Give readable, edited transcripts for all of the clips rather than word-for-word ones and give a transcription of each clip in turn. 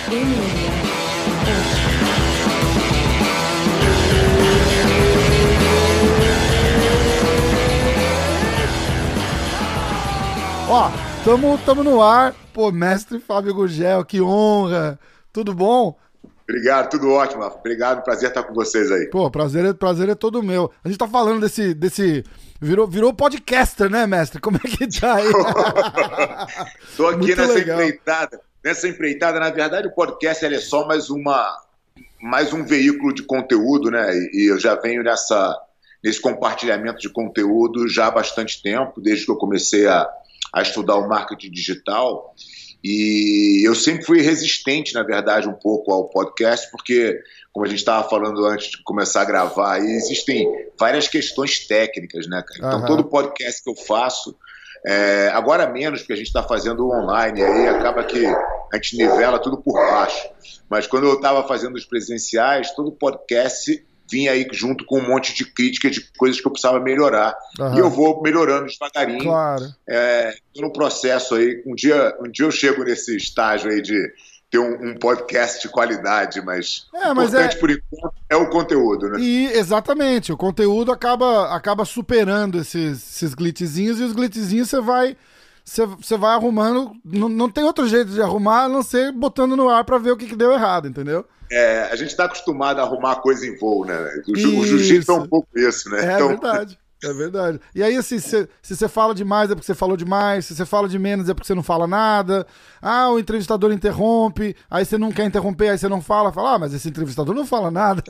Ó, tamo no ar. Pô, mestre Fábio Gurgel, que honra. Tudo bom? Obrigado, tudo ótimo. Obrigado, prazer estar com vocês aí. Pô, prazer é todo meu. A gente tá falando desse... Virou podcaster, né, mestre? Como é que tá aí? Tô aqui nessa empreitada. Na verdade, o podcast é só mais um veículo de conteúdo, né? E eu já venho nesse compartilhamento de conteúdo já há bastante tempo, desde que eu comecei a estudar o marketing digital. E eu sempre fui resistente, na verdade, um pouco ao podcast, porque, como a gente estava falando antes de começar a gravar, aí existem várias questões técnicas, né, cara? Então, todo podcast que eu faço, agora menos, porque a gente está fazendo online, aí acaba que a gente nivela tudo por baixo. Mas quando eu estava fazendo os presenciais, todo podcast vinha aí junto com um monte de crítica de coisas que eu precisava melhorar. E eu vou melhorando devagarinho. Claro. Tô no processo aí. Um dia eu chego nesse estágio aí de ter um podcast de qualidade, mas o importante por enquanto é o conteúdo, né? E exatamente, o conteúdo acaba superando esses glitchzinhos, e os glitchzinhos você vai arrumando. Não tem outro jeito de arrumar a não ser botando no ar pra ver o que deu errado, entendeu? A gente está acostumado a arrumar coisa em voo, né? O jiu-jitsu é um pouco isso, né? É verdade. E aí, assim, se você fala demais é porque você falou demais, se você fala de menos é porque você não fala nada. O entrevistador interrompe, aí você não quer interromper, aí você não fala, mas esse entrevistador não fala nada.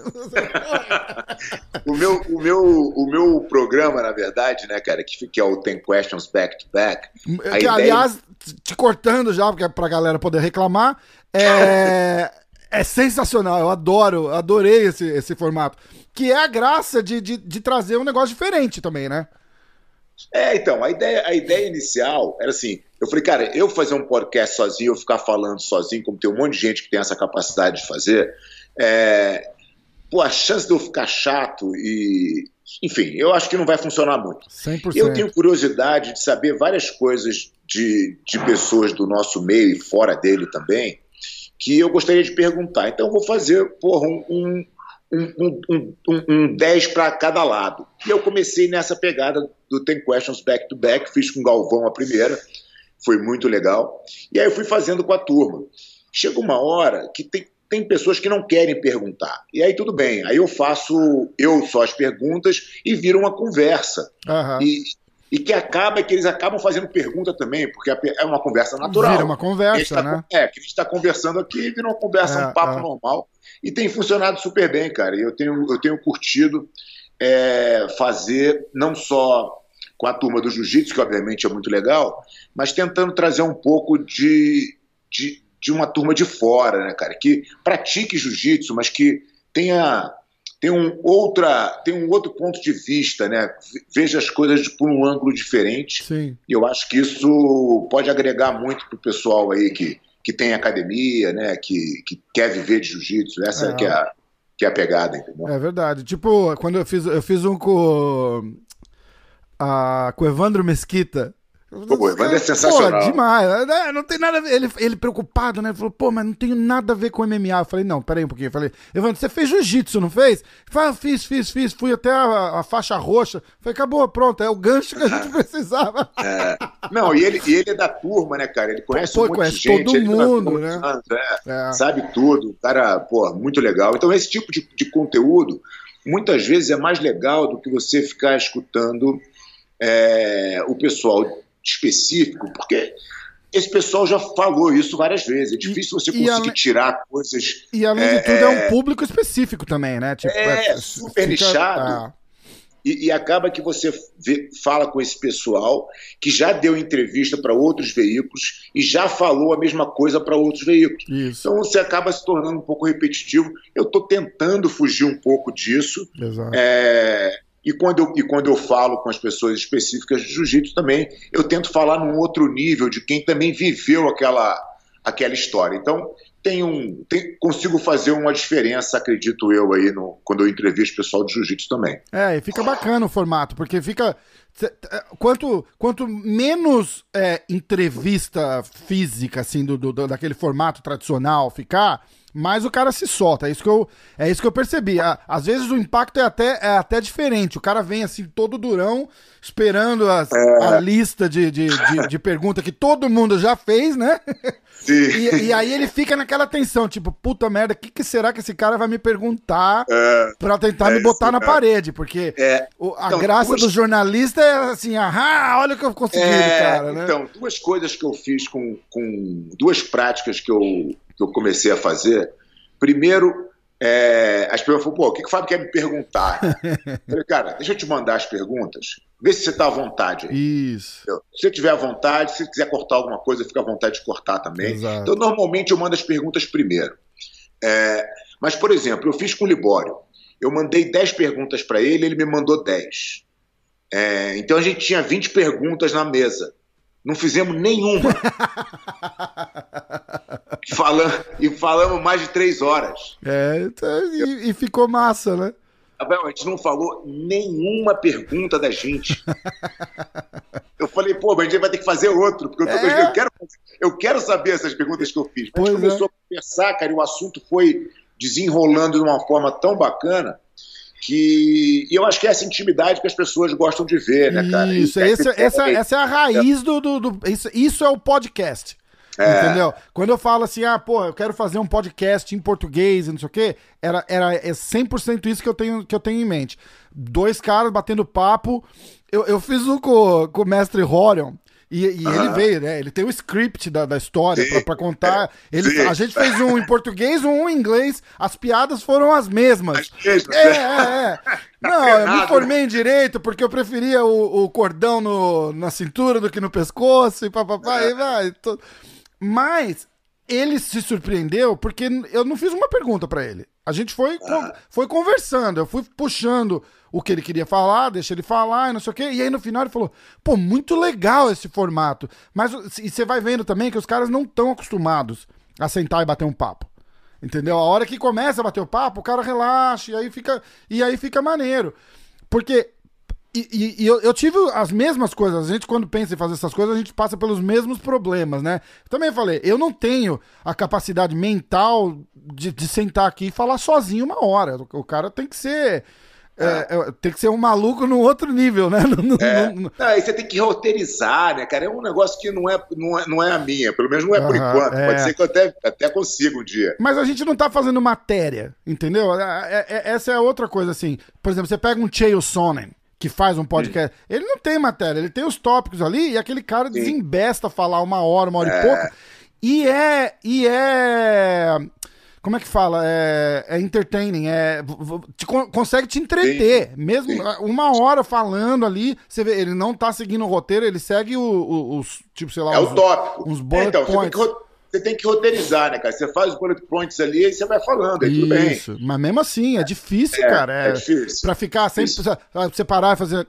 O meu programa, na verdade, né, cara, que é o 10 Questions Back to Back. Aliás, te cortando já, porque é pra galera poder reclamar, é sensacional, eu adorei esse formato. Que é a graça de trazer um negócio diferente também, né? Então, a ideia inicial era assim, eu falei, cara, eu fazer um podcast sozinho, eu ficar falando sozinho, como tem um monte de gente que tem essa capacidade de fazer, a chance de eu ficar chato enfim, eu acho que não vai funcionar muito. 100%. Eu tenho curiosidade de saber várias coisas de pessoas do nosso meio e fora dele também, que eu gostaria de perguntar. Então eu vou fazer um 10 para cada lado. E eu comecei nessa pegada do 10 Questions Back to Back, fiz com o Galvão a primeira, foi muito legal. E aí eu fui fazendo com a turma. Chega uma hora que tem pessoas que não querem perguntar. E aí tudo bem, aí eu faço só as perguntas e vira uma conversa. E que eles acabam fazendo pergunta também, porque é uma conversa natural. Vira uma conversa, né? Que a gente está conversando aqui, vira uma conversa, um papo normal. E tem funcionado super bem, cara. E eu tenho curtido fazer, não só com a turma do jiu-jitsu, que obviamente é muito legal, mas tentando trazer um pouco de uma turma de fora, né, cara? Que pratique jiu-jitsu, mas que tem um outro ponto de vista, né? Veja as coisas por um ângulo diferente. Sim. E eu acho que isso pode agregar muito pro pessoal aí que tem academia, né? Que quer viver de jiu-jitsu. Essa que é a pegada, entendeu? É verdade. Tipo, quando eu fiz um com o Evandro Mesquita. O Evandro é sensacional. Demais. Não tem nada a ver. Ele preocupado, né? Ele falou, mas não tem nada a ver com MMA. Eu falei, não, peraí um pouquinho. Eu falei, Evandro, você fez jiu-jitsu, não fez? Ele falou, fiz. Fui até a faixa roxa. Eu falei, acabou, pronto. É o gancho que a gente precisava. Não, e ele é da turma, né, cara? Ele conhece um monte de gente. Todo mundo, né? Sabe tudo. Cara, muito legal. Então, esse tipo de conteúdo, muitas vezes é mais legal do que você ficar escutando o pessoal específico, porque esse pessoal já falou isso várias vezes. É difícil você conseguir tirar coisas. E além de tudo, é um público específico também, né? Tipo, super nichado. E acaba que você fala com esse pessoal que já deu entrevista para outros veículos e já falou a mesma coisa para outros veículos. Isso. Então você acaba se tornando um pouco repetitivo. Eu estou tentando fugir um pouco disso. Exato. E quando eu falo com as pessoas específicas de jiu-jitsu também, eu tento falar num outro nível de quem também viveu aquela história. Então, consigo fazer uma diferença, acredito eu, aí quando eu entrevisto o pessoal de jiu-jitsu também. E fica bacana o formato, porque fica... Quanto menos entrevista física, assim, daquele formato tradicional ficar, mais o cara se solta. É isso que eu percebi. Às vezes o impacto é até diferente. O cara vem assim, todo durão, esperando a lista de perguntas que todo mundo já fez, né? Sim. E aí ele fica naquela tensão, tipo, puta merda, o que será que esse cara vai me perguntar pra tentar me botar na parede? Porque a graça do jornalista é assim, olha o que eu consegui, cara, né? Então, duas coisas que eu fiz com duas práticas que eu comecei a fazer. Primeiro, as pessoas falaram, o que o Fábio quer me perguntar? Eu falei, cara, deixa eu te mandar as perguntas, vê se você está à vontade aí. Isso. Se você tiver à vontade, se quiser cortar alguma coisa, fica à vontade de cortar também. Exato. Então, normalmente, eu mando as perguntas primeiro. Mas, por exemplo, eu fiz com o Libório. Eu mandei 10 perguntas para ele me mandou 10. Então, a gente tinha 20 perguntas na mesa. Não fizemos nenhuma. Falamos mais de 3 horas. E ficou massa, né? A gente não falou nenhuma pergunta da gente. Eu falei, mas a gente vai ter que fazer outro, porque eu quero saber essas perguntas que eu fiz. A gente começou a conversar, cara, e o assunto foi desenrolando de uma forma tão bacana e eu acho que é essa intimidade que as pessoas gostam de ver, né, cara? Isso, essa é a raiz isso é o podcast. Entendeu? Quando eu falo assim, eu quero fazer um podcast em português e não sei o quê, é 100% isso que eu tenho em mente. 2 caras batendo papo. Eu fiz um com o mestre Horion. E ele veio, né? Ele tem o script da história pra contar. A gente fez um em português, um em inglês. As piadas foram as mesmas. Não, eu me formei em direito porque eu preferia o cordão na cintura do que no pescoço e papapá. Mas ele se surpreendeu porque eu não fiz uma pergunta pra ele. A gente foi conversando, eu fui puxando o que ele queria falar, deixa ele falar e não sei o quê. E aí no final ele falou, muito legal esse formato. Mas e você vai vendo também que os caras não estão acostumados a sentar e bater um papo. Entendeu? A hora que começa a bater o papo, o cara relaxa e aí fica maneiro. Porque... E eu tive as mesmas coisas. A gente, quando pensa em fazer essas coisas, a gente passa pelos mesmos problemas, né? Também falei, eu não tenho a capacidade mental de sentar aqui e falar sozinho uma hora. O cara tem que ser... tem que ser um maluco num outro nível, né? Aí você tem que roteirizar, né, cara? É um negócio que não é a minha, pelo menos não é por enquanto. Pode ser que eu até consiga um dia. Mas a gente não tá fazendo matéria, entendeu? Essa é outra coisa, assim. Por exemplo, você pega um Chael Sonnen, que faz um podcast, ele não tem matéria, ele tem os tópicos ali e aquele cara desembesta falar uma hora e pouco. E como é que fala? É entertaining, consegue te entreter. Mesmo uma hora falando ali, você vê, ele não tá seguindo o roteiro, ele segue os tipo, sei lá, o tópico. Uns bullet points. Você tem que roteirizar, né, cara? Você faz os bullet points ali e você vai falando, aí tudo bem. Isso, mas mesmo assim, é difícil, cara. É difícil. Pra ficar sempre, você parar e fazer...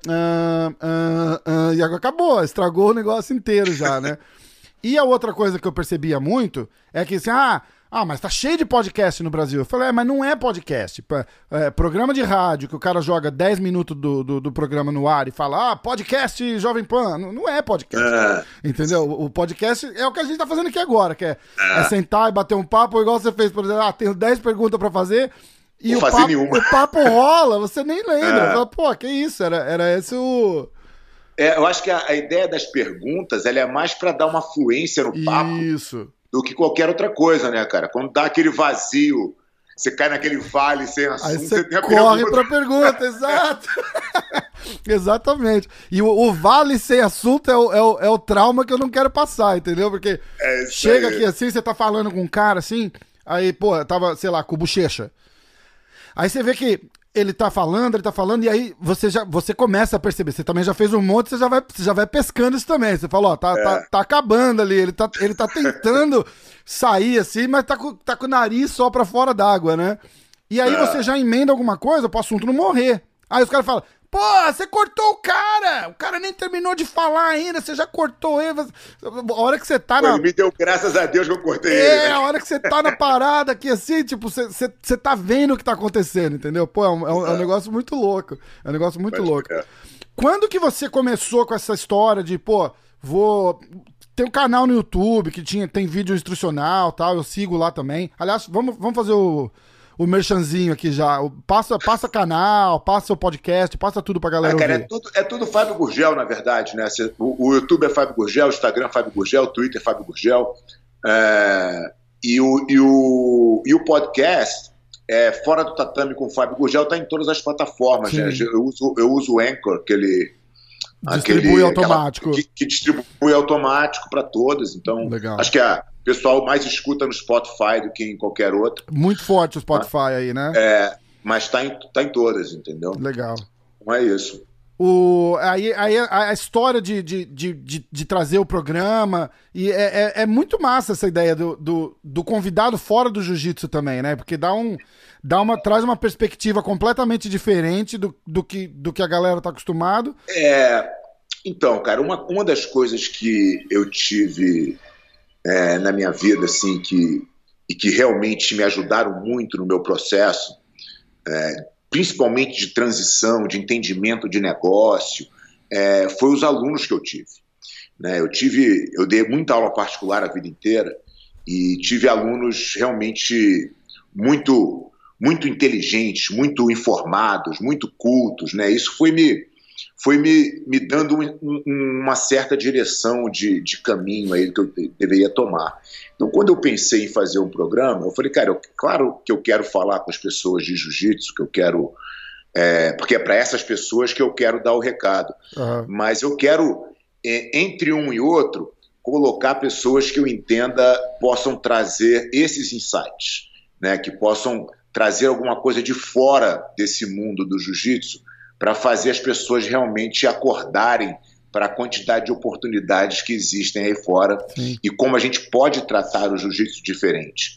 e acabou, estragou o negócio inteiro já, né? E a outra coisa que eu percebia muito é que assim, mas tá cheio de podcast no Brasil. Eu falei, mas não é podcast. Programa de rádio, que o cara joga 10 minutos do programa no ar e fala, podcast Jovem Pan. Não é podcast. Entendeu? O podcast é o que a gente tá fazendo aqui agora, que é sentar e bater um papo, igual você fez, por exemplo, tenho 10 perguntas pra fazer e o papo rola, você nem lembra. Fala, que isso? Era esse o... eu acho que a ideia das perguntas, ela é mais pra dar uma fluência no papo. Isso. Do que qualquer outra coisa, né, cara? Quando dá aquele vazio, você cai naquele vale sem assunto, aí você tem a corre pra pergunta, exato. Exatamente. E o vale sem assunto é o trauma que eu não quero passar, entendeu? Porque chega aqui assim, você tá falando com um cara assim, aí, tava, sei lá, com o Bochecha. Aí você vê que ele tá falando, e aí você começa a perceber, você também já fez um monte, você já vai pescando isso também. Você fala, tá acabando ali, ele tá tentando sair assim, mas tá com o nariz só pra fora d'água, né? E aí você já emenda alguma coisa pro assunto não morrer. Aí os caras falam, Pô, você cortou o cara nem terminou de falar ainda, você já cortou ele. A hora que você tá Ele me deu graças a Deus que eu cortei ele. É, a hora que você tá na parada aqui, assim, tipo, você tá vendo o que tá acontecendo, entendeu? Pô, é um negócio muito louco. É um negócio muito louco. Quando que você começou com essa história de, pô, tem um canal no YouTube que tem vídeo instrucional e tal, eu sigo lá também. Aliás, vamos fazer o merchanzinho aqui já. Passa canal, passa o podcast, passa tudo pra galera cara, ouvir. É tudo Fábio Gurgel, na verdade, né? O YouTube é Fábio Gurgel, o Instagram é Fábio Gurgel, o Twitter é Fábio Gurgel. E o podcast, Fora do Tatame com o Fábio Gurgel, tá em todas as plataformas, né? Eu uso o Anchor, distribui automático. Que distribui automático para todas. Então, legal. Acho que o pessoal mais escuta no Spotify do que em qualquer outro. Muito forte o Spotify aí, né? Mas tá em todas, entendeu? Legal. Não é isso. Aí a história de trazer o programa, e é muito massa essa ideia do convidado fora do jiu-jitsu também, né? Porque traz uma perspectiva completamente diferente do que a galera tá acostumado. Então, cara, uma das coisas que eu tive na minha vida, assim, e que realmente me ajudaram muito no meu processo, principalmente de transição, de entendimento de negócio, foi os alunos que eu tive. Né? Eu dei muita aula particular a vida inteira e tive alunos realmente muito inteligentes, muito informados, muito cultos, né? Isso foi me dando uma certa direção de caminho aí que eu deveria tomar. Então, quando eu pensei em fazer um programa, eu falei, cara, claro que eu quero falar com as pessoas de jiu-jitsu, que eu quero... porque é para essas pessoas que eu quero dar o recado. Uhum. Mas eu quero, entre um e outro, colocar pessoas que eu entenda possam trazer esses insights, né? Que possam trazer alguma coisa de fora desse mundo do jiu-jitsu para fazer as pessoas realmente acordarem para a quantidade de oportunidades que existem aí fora. Sim. E como a gente pode tratar o jiu-jitsu diferente.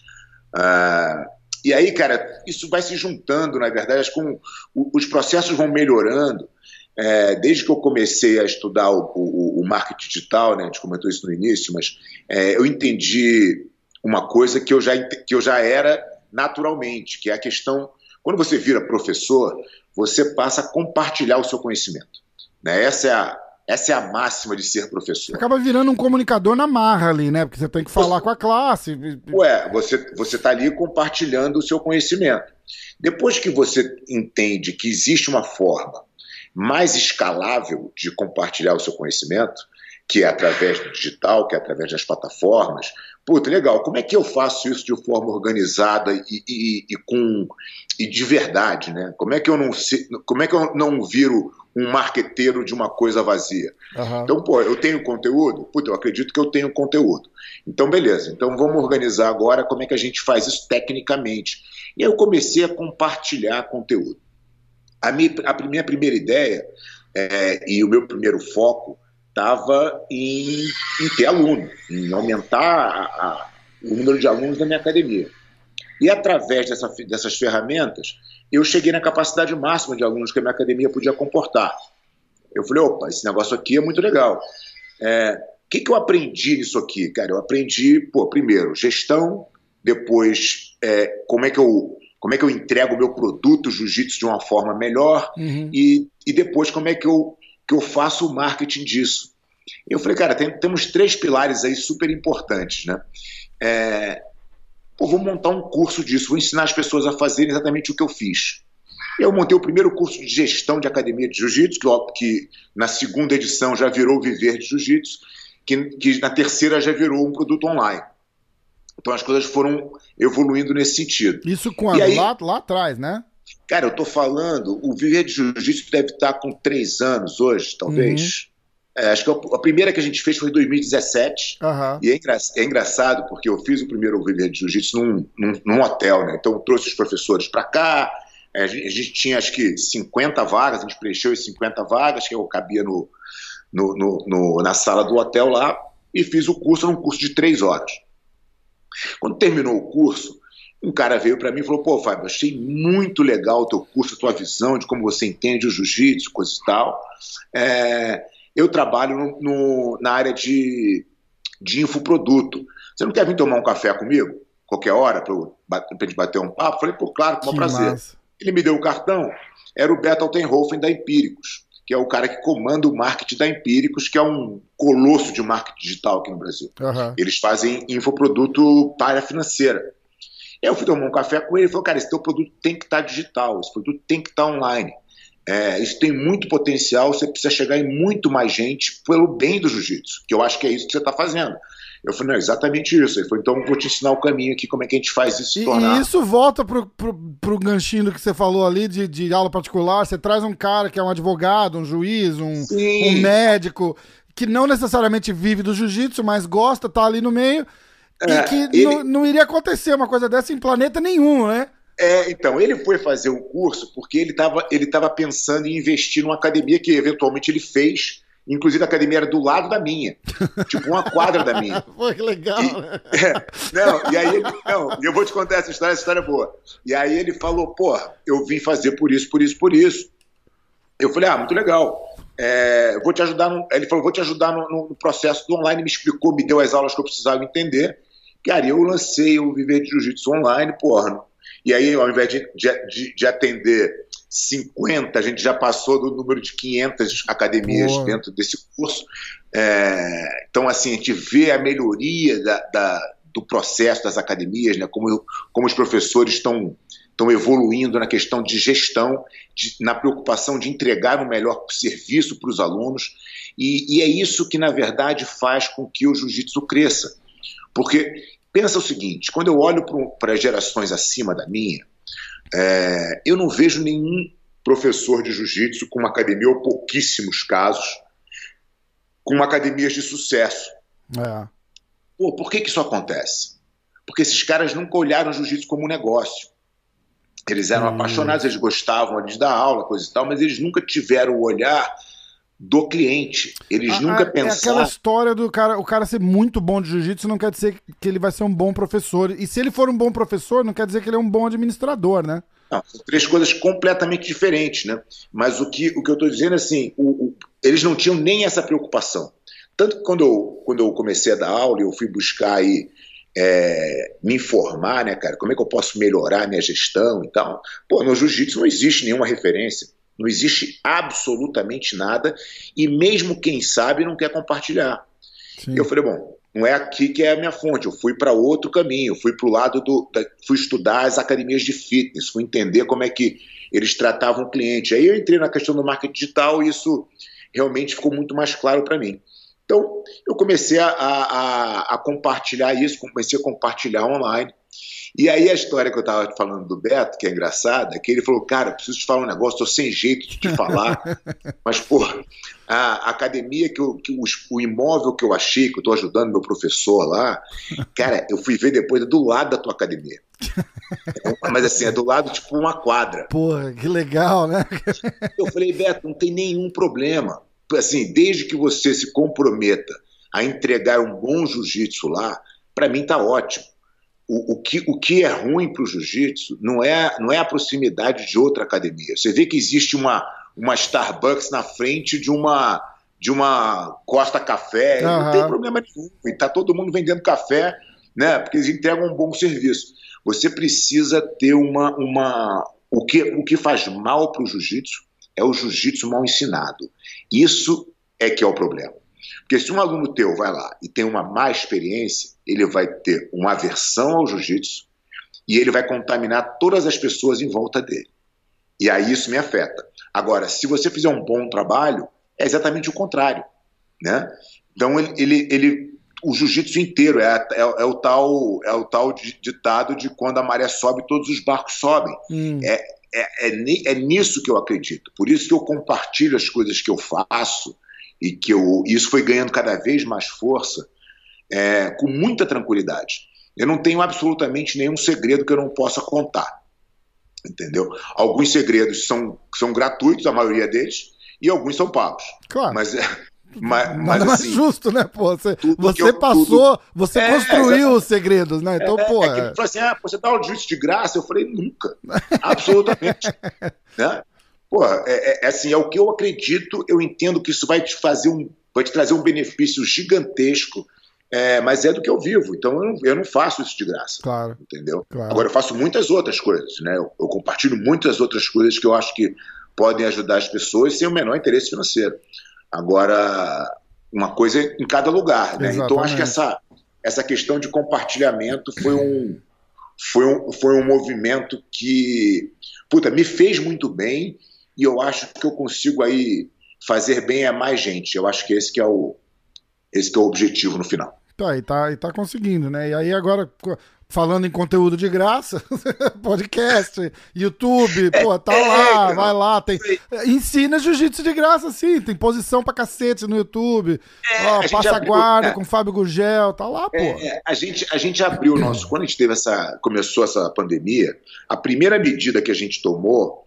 E aí, cara, isso vai se juntando, na verdade, acho que os processos vão melhorando. Desde que eu comecei a estudar o marketing digital, né, a gente comentou isso no início, mas eu entendi uma coisa que eu já era naturalmente, que é a questão, quando você vira professor, você passa a compartilhar o seu conhecimento. Né? Essa é a máxima de ser professor. Você acaba virando um comunicador na marra ali, né? Porque você tem que falar com a classe. Você está ali compartilhando o seu conhecimento. Depois que você entende que existe uma forma mais escalável de compartilhar o seu conhecimento, que é através do digital, que é através das plataformas. Puta, legal, como é que eu faço isso de forma organizada e de verdade, né? Como é que eu não viro um marqueteiro de uma coisa vazia? Uhum. Então, eu tenho conteúdo? Puta, eu acredito que eu tenho conteúdo. Então, beleza. Então, vamos organizar agora como é que a gente faz isso tecnicamente. E aí eu comecei a compartilhar conteúdo. A minha primeira ideia e o meu primeiro foco estava em ter aluno, em aumentar o número de alunos da minha academia. E através dessas ferramentas, eu cheguei na capacidade máxima de alunos que a minha academia podia comportar. Eu falei, opa, esse negócio aqui é muito legal. O que eu aprendi nisso aqui? Cara, eu aprendi, primeiro, gestão, depois como é que eu entrego o meu produto jiu-jitsu de uma forma melhor, e depois como é que eu faço o marketing disso. Eu falei, cara, temos 3 pilares aí super importantes, né? Vou montar um curso disso, vou ensinar as pessoas a fazerem exatamente o que eu fiz. Eu montei o primeiro curso de gestão de academia de jiu-jitsu, que na segunda edição já virou o Viver de Jiu-Jitsu, que na terceira já virou um produto online. Então as coisas foram evoluindo nesse sentido. Isso quando? Aí, lá atrás, né? Cara, eu tô falando, o Viver de Jiu-Jitsu deve estar com 3 anos hoje, talvez. Acho que a primeira que a gente fez foi em 2017. Uhum. E é engraçado porque eu fiz o primeiro Viver de Jiu-Jitsu num hotel, né? Então eu trouxe os professores para cá. A gente tinha acho que 50 vagas, a gente preencheu as 50 vagas, que eu cabia na sala do hotel lá, e fiz o curso num curso de 3 horas. Quando terminou o curso, um cara veio para mim e falou, pô, Fábio, achei muito legal o teu curso, a tua visão de como você entende o jiu-jitsu, coisa e tal. Eu trabalho na área de infoproduto. Você não quer vir tomar um café comigo? Qualquer hora, para a gente bater um papo? Falei, pô, claro, com o maior prazer. Massa. Ele me deu o cartão, era o Beto Altenhofen da Empíricos, que é o cara que comanda o marketing da Empíricos, que é um colosso de marketing digital aqui no Brasil. Uhum. Eles fazem infoproduto para a área financeira. Eu fui tomar um café com ele e falou, cara, esse teu produto tem que estar digital, esse produto tem que estar online. Isso tem muito potencial, você precisa chegar em muito mais gente pelo bem do jiu-jitsu, que eu acho que é isso que você está fazendo. Eu falei, não, exatamente isso. Ele falou, então eu vou te ensinar o caminho aqui, como é que a gente faz isso se tornar. E isso volta pro ganchinho que você falou ali de aula particular, você traz um cara que é um advogado, um juiz, um médico, que não necessariamente vive do jiu-jitsu, mas gosta, tá ali no meio, e que não iria acontecer uma coisa dessa em planeta nenhum, né? Então, ele foi fazer o curso porque ele estava pensando em investir numa academia que eventualmente ele fez, inclusive a academia era do lado da minha, tipo uma quadra da minha. Pô, que legal, né? E aí eu vou te contar essa história é boa. E aí ele falou, pô, eu vim fazer por isso. Eu falei, muito legal. Vou te ajudar ele falou, vou te ajudar no processo do online, me explicou, me deu as aulas que eu precisava entender. Cara, eu lancei o Viver de Jiu-Jitsu online, porra. E aí, ao invés de atender 50, a gente já passou do número de 500 academias dentro desse curso. Então, assim, a gente vê a melhoria do processo das academias, né? Como os professores estão evoluindo na questão de gestão, na preocupação de entregar o melhor serviço para os alunos. E é isso que, na verdade, faz com que o jiu-jitsu cresça. Porque pensa o seguinte, quando eu olho para gerações acima da minha, eu não vejo nenhum professor de jiu-jitsu com uma academia, ou pouquíssimos casos, com academias de sucesso. Pô, por que isso acontece? Porque esses caras nunca olharam o jiu-jitsu como um negócio. Eles eram apaixonados, eles gostavam de dar aula, coisa e tal, mas eles nunca tiveram o olhar do cliente. Eles nunca pensaram... É aquela história do cara, o cara ser muito bom de jiu-jitsu não quer dizer que ele vai ser um bom professor. E se ele for um bom professor, não quer dizer que ele é um bom administrador, né? Não, são três coisas completamente diferentes, né? Mas o que eu estou dizendo, assim, eles não tinham nem essa preocupação. Tanto que quando eu comecei a dar aula e eu fui buscar aí me informar, né, cara, como é que eu posso melhorar a minha gestão e tal. Pô, no jiu-jitsu não existe nenhuma referência. Não existe absolutamente nada, e mesmo quem sabe não quer compartilhar. Sim. Eu falei, bom, não é aqui que é a minha fonte, eu fui para outro caminho, fui para o lado fui estudar as academias de fitness, fui entender como é que eles tratavam o cliente. Aí eu entrei na questão do marketing digital e isso realmente ficou muito mais claro para mim. Então, eu comecei a compartilhar isso, comecei a compartilhar online. E aí a história que eu estava falando do Beto, que é engraçada, é que ele falou, cara, preciso te falar um negócio, estou sem jeito de te falar, mas, pô, a academia, o imóvel que eu achei, que eu estou ajudando meu professor lá, cara, eu fui ver depois, é do lado da tua academia. Mas assim, é do lado, tipo, uma quadra. Porra, que legal, né? Eu falei, Beto, não tem nenhum problema. Assim, desde que você se comprometa a entregar um bom jiu-jitsu lá, para mim tá ótimo. O que é ruim para o jiu-jitsu não é a proximidade de outra academia. Você vê que existe uma Starbucks na frente de uma Costa Café, não tem problema nenhum. E está todo mundo vendendo café, né, porque eles entregam um bom serviço. Você precisa ter o que faz mal para o jiu-jitsu é o jiu-jitsu mal ensinado. Isso é que é o problema. Porque se um aluno teu vai lá e tem uma má experiência, ele vai ter uma aversão ao jiu-jitsu e ele vai contaminar todas as pessoas em volta dele. E aí isso me afeta. Agora, se você fizer um bom trabalho, é exatamente o contrário, né? Então, o jiu-jitsu inteiro é o tal ditado de quando a maré sobe, todos os barcos sobem. É nisso que eu acredito. Por isso que eu compartilho as coisas que eu faço e que isso foi ganhando cada vez mais força, com muita tranquilidade. Eu não tenho absolutamente nenhum segredo que eu não possa contar, entendeu? Alguns segredos são gratuitos, a maioria deles, e alguns são pagos. Claro. Nada mais assim, justo, né, pô? Você você construiu os segredos, né? Então, pô. Que ele falou assim: você dá o jiu-jitsu de graça? Eu falei: nunca. Absolutamente. Né? Pô, assim, é o que eu acredito, eu entendo que isso vai te trazer um benefício gigantesco, mas é do que eu vivo, então eu não faço isso de graça. Claro. Entendeu? Claro. Agora, eu faço muitas outras coisas, né? Eu compartilho muitas outras coisas que eu acho que podem ajudar as pessoas sem o menor interesse financeiro. Agora, uma coisa em cada lugar, né? Exatamente. Então, acho que essa questão de compartilhamento foi um movimento que, me fez muito bem, e eu acho que eu consigo aí fazer bem a mais gente. Eu acho que esse que é o objetivo no final. E tá conseguindo, né? E aí agora, falando em conteúdo de graça, podcast, YouTube, vai lá, ensina jiu-jitsu de graça, sim, tem posição pra cacete no YouTube, passa guarda com Fábio Gurgel, tá lá, pô. A gente abriu quando a gente começou essa pandemia, a primeira medida que a gente tomou,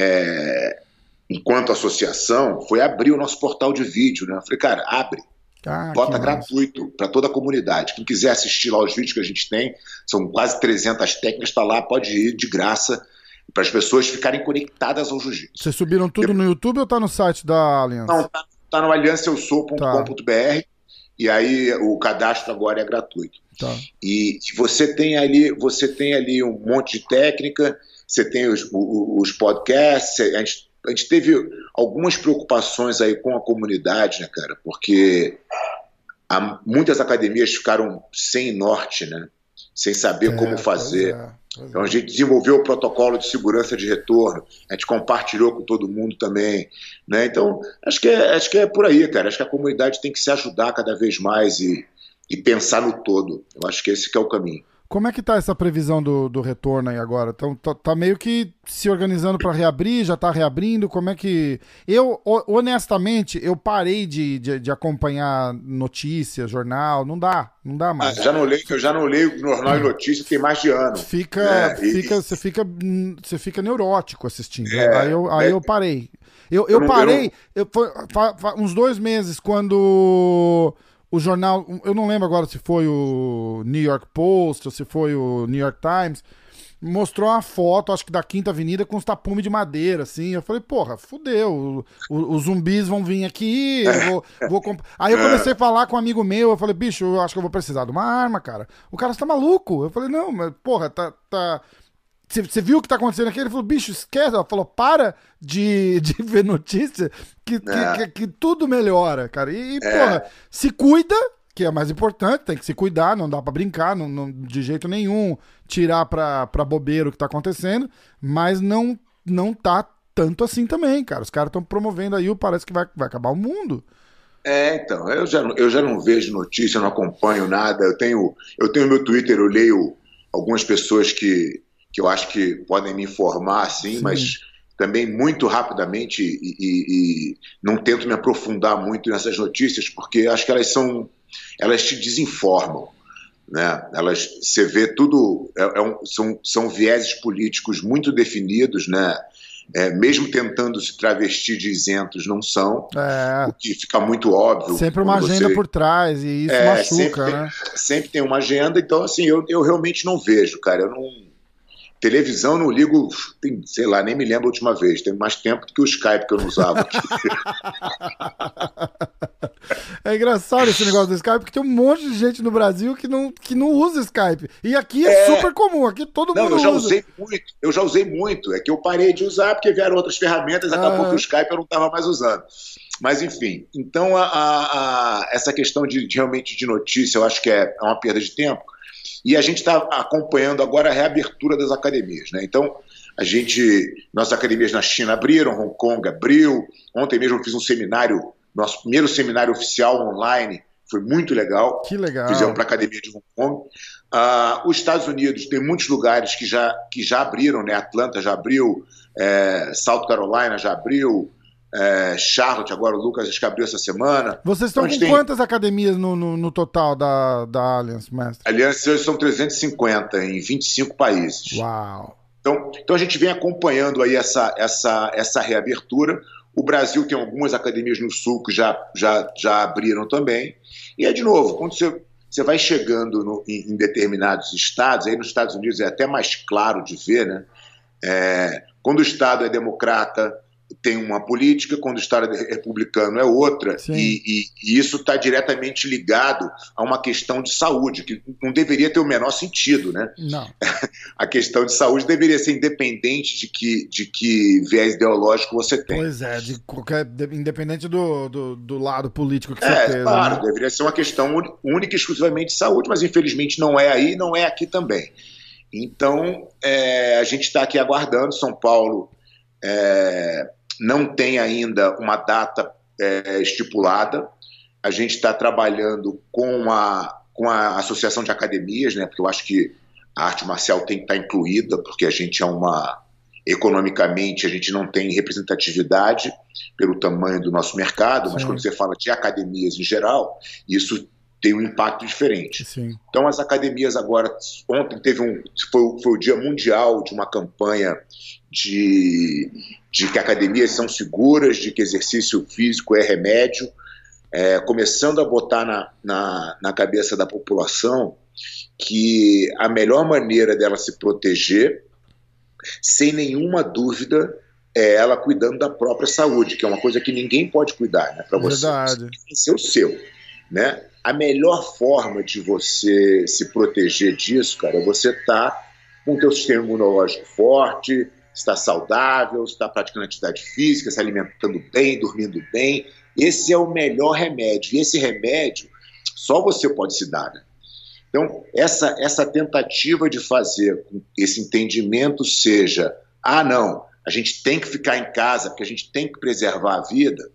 enquanto associação, foi abrir o nosso portal de vídeo, né? Eu falei, cara, abre. Bota gratuito para toda a comunidade. Quem quiser assistir lá os vídeos que a gente tem, são quase 300 técnicas, está lá, pode ir de graça, para as pessoas ficarem conectadas ao jiu-jitsu. Vocês subiram tudo no YouTube ou tá no site da Aliança? Não, tá no alianceeusou.com.br, e aí o cadastro agora é gratuito. Tá. E você tem ali um monte de técnica, você tem os podcasts, a gente teve algumas preocupações aí com a comunidade, né, cara? Porque muitas academias ficaram sem norte, né? Sem saber como fazer. Então a gente desenvolveu o protocolo de segurança de retorno, a gente compartilhou com todo mundo também, né? Então acho que é por aí, cara. Acho que a comunidade tem que se ajudar cada vez mais e pensar no todo. Eu acho que esse que é o caminho. Como é que tá essa previsão do retorno aí agora? Então, tá meio que se organizando para reabrir, já tá reabrindo, como é que... honestamente, eu parei de acompanhar notícias, jornal, não dá mais. Eu já não leio jornal e notícia tem mais de ano. Você fica neurótico assistindo. Aí eu parei. Eu parei uns 2 meses, quando... O jornal, eu não lembro agora se foi o New York Post ou se foi o New York Times, mostrou uma foto, acho que da Quinta Avenida, com os tapumes de madeira, assim. Eu falei, porra, fudeu, os zumbis vão vir aqui, eu vou Aí eu comecei a falar com um amigo meu, eu falei, bicho, eu acho que eu vou precisar de uma arma, cara. O cara, você tá maluco? Eu falei, não, mas porra, tá... Você viu o que tá acontecendo aqui? Ele falou, bicho, esquece. Ela falou, para de ver notícia que tudo melhora, cara. Porra, se cuida, que é mais importante, tem que se cuidar, não dá pra brincar, de jeito nenhum tirar pra bobeira o que tá acontecendo, mas não tá tanto assim também, cara. Os caras estão promovendo aí, parece que vai acabar o mundo. Então, eu já não vejo notícia, não acompanho nada. Eu tenho meu Twitter, eu leio algumas pessoas que eu acho que podem me informar, assim, sim, mas também muito rapidamente e não tento me aprofundar muito nessas notícias, porque acho que elas te desinformam, né? Você vê tudo, são vieses políticos muito definidos, né? Mesmo tentando se travestir de isentos, não são, o que fica muito óbvio. Sempre uma agenda por trás, e isso machuca, né? Sempre tem uma agenda, então assim, eu realmente não vejo, cara, televisão eu não ligo, sei lá, nem me lembro a última vez. Tem mais tempo do que o Skype que eu não usava aqui. É engraçado esse negócio do Skype, porque tem um monte de gente no Brasil que não usa Skype. E aqui é super comum, aqui todo mundo usa. Eu já usei muito. É que eu parei de usar porque vieram outras ferramentas, acabou que o Skype eu não estava mais usando. Mas enfim, então essa questão realmente de notícia, eu acho que é uma perda de tempo. E a gente está acompanhando agora a reabertura das academias, né? Então, nossas academias na China abriram, Hong Kong abriu. Ontem mesmo eu fiz um seminário, nosso primeiro seminário oficial online, foi muito legal. Que legal. Fizemos para a academia de Hong Kong. Os Estados Unidos tem muitos lugares que já abriram, né? Atlanta já abriu, South Carolina já abriu, Charlotte, agora o Lucas acho que abriu essa semana. Vocês estão com quantas academias no total da Alliance, mestre? Alliance hoje são 350 em 25 países. Uau! Então a gente vem acompanhando aí essa reabertura. O Brasil tem algumas academias no Sul que já abriram também. E é de novo, quando você vai chegando em determinados estados, aí nos Estados Unidos é até mais claro de ver, né? Quando o estado é democrata, tem uma política, quando o estado é republicano é outra, e isso está diretamente ligado a uma questão de saúde, que não deveria ter o menor sentido, né? Não. A questão de saúde deveria ser independente de que viés ideológico você tem. Pois é, independente do lado político que você tem. Claro, né? deveria ser uma questão única e exclusivamente de saúde, mas infelizmente não é aí, não é aqui também. Então, a gente está aqui aguardando. São Paulo não tem ainda uma data estipulada. A gente está trabalhando com a Associação de Academias, né, porque eu acho que a arte marcial tem que estar incluída, porque a gente economicamente, a gente não tem representatividade pelo tamanho do nosso mercado, mas quando você fala de academias em geral, isso tem um impacto diferente. Sim. Então as academias agora, ontem foi o Dia Mundial de uma campanha de que academias são seguras, de que exercício físico é remédio, começando a botar na cabeça da população que a melhor maneira dela se proteger, sem nenhuma dúvida, é ela cuidando da própria saúde, que é uma coisa que ninguém pode cuidar, né, para você. Verdade. Tem que ser o seu, né? A melhor forma de você se proteger disso, cara, é você estar com o teu sistema imunológico forte, estar saudável, estar praticando atividade física, se alimentando bem, dormindo bem. Esse é o melhor remédio. E esse remédio só você pode se dar, né? Então, essa tentativa de fazer com que esse entendimento seja, não, a gente tem que ficar em casa porque a gente tem que preservar a vida,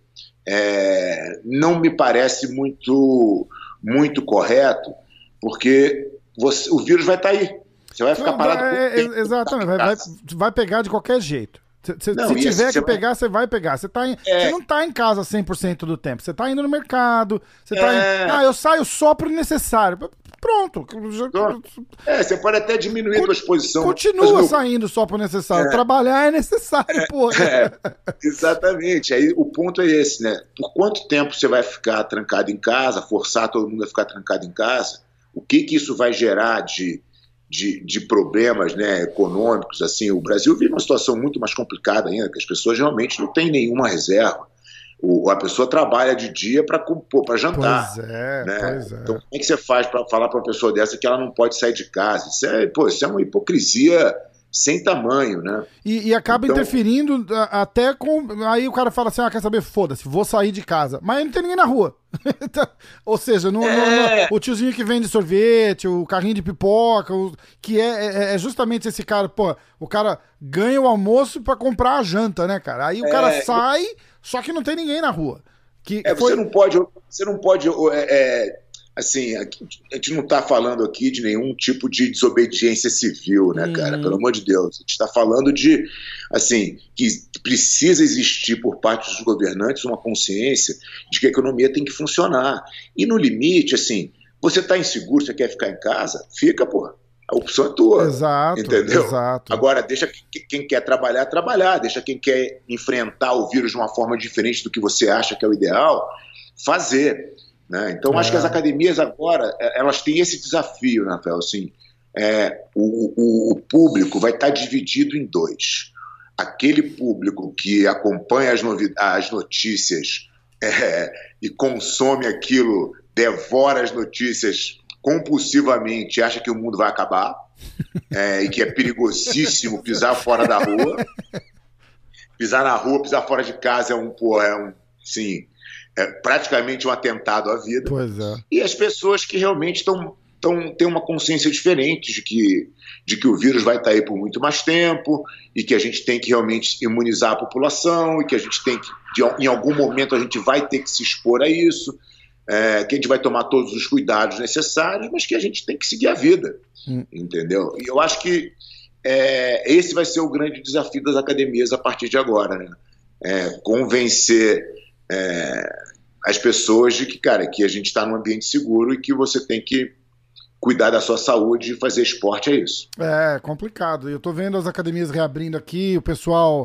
não me parece muito correto, porque o vírus vai estar aí. Você vai ficar parado. Exatamente, vai pegar de qualquer jeito. Se tiver que pegar, você vai pegar. Você não está em casa 100% do tempo. Você está indo no mercado. Você eu saio só para o necessário. Pronto. Você pode até diminuir a sua exposição. Continua saindo só para o necessário. Trabalhar é necessário, porra. Exatamente. Aí o ponto é esse, né? Por quanto tempo você vai ficar trancado em casa, forçar todo mundo a ficar trancado em casa? O que isso vai gerar de problemas, né, econômicos? Assim, o Brasil vive uma situação muito mais complicada ainda, que as pessoas realmente não têm nenhuma reserva. A pessoa trabalha de dia para jantar. Pois é, né? Pois é. Então, como é que você faz para falar para uma pessoa dessa que ela não pode sair de casa? Isso é uma hipocrisia sem tamanho, né? E acaba interferindo até com... Aí o cara fala assim, quer saber? Foda-se, vou sair de casa. Mas não tem ninguém na rua. Ou seja, o tiozinho que vende sorvete, o carrinho de pipoca, que é justamente esse cara, o cara ganha o almoço pra comprar a janta, né, cara? Aí o cara sai, só que não tem ninguém na rua. Você não pode assim, a gente não está falando aqui de nenhum tipo de desobediência civil, né, cara? Pelo amor de Deus. A gente está falando de, assim, que precisa existir por parte dos governantes uma consciência de que a economia tem que funcionar. E no limite, assim, você está inseguro, você quer ficar em casa? Fica, porra. A opção é tua. Exato, entendeu? Exato. Agora, deixa quem quer trabalhar, deixa quem quer enfrentar o vírus de uma forma diferente do que você acha que é o ideal, fazer. Né? Então, acho que as academias agora, elas têm esse desafio, né, Rafael? Assim, o público vai estar dividido em dois. Aquele público que acompanha as notícias e consome aquilo, devora as notícias compulsivamente, acha que o mundo vai acabar e que é perigosíssimo pisar fora da rua. Pisar na rua, pisar fora de casa é praticamente um atentado à vida. Pois é. E as pessoas que realmente têm uma consciência diferente de que o vírus vai estar aí por muito mais tempo e que a gente tem que realmente imunizar a população e que a gente tem que, em algum momento, a gente vai ter que se expor a isso, que a gente vai tomar todos os cuidados necessários, mas que a gente tem que seguir a vida, entendeu? E eu acho que esse vai ser o grande desafio das academias a partir de agora, né? Convencer as pessoas de que, cara, que a gente está num ambiente seguro e que você tem que cuidar da sua saúde e fazer esporte, é isso. É complicado. Eu tô vendo as academias reabrindo aqui, o pessoal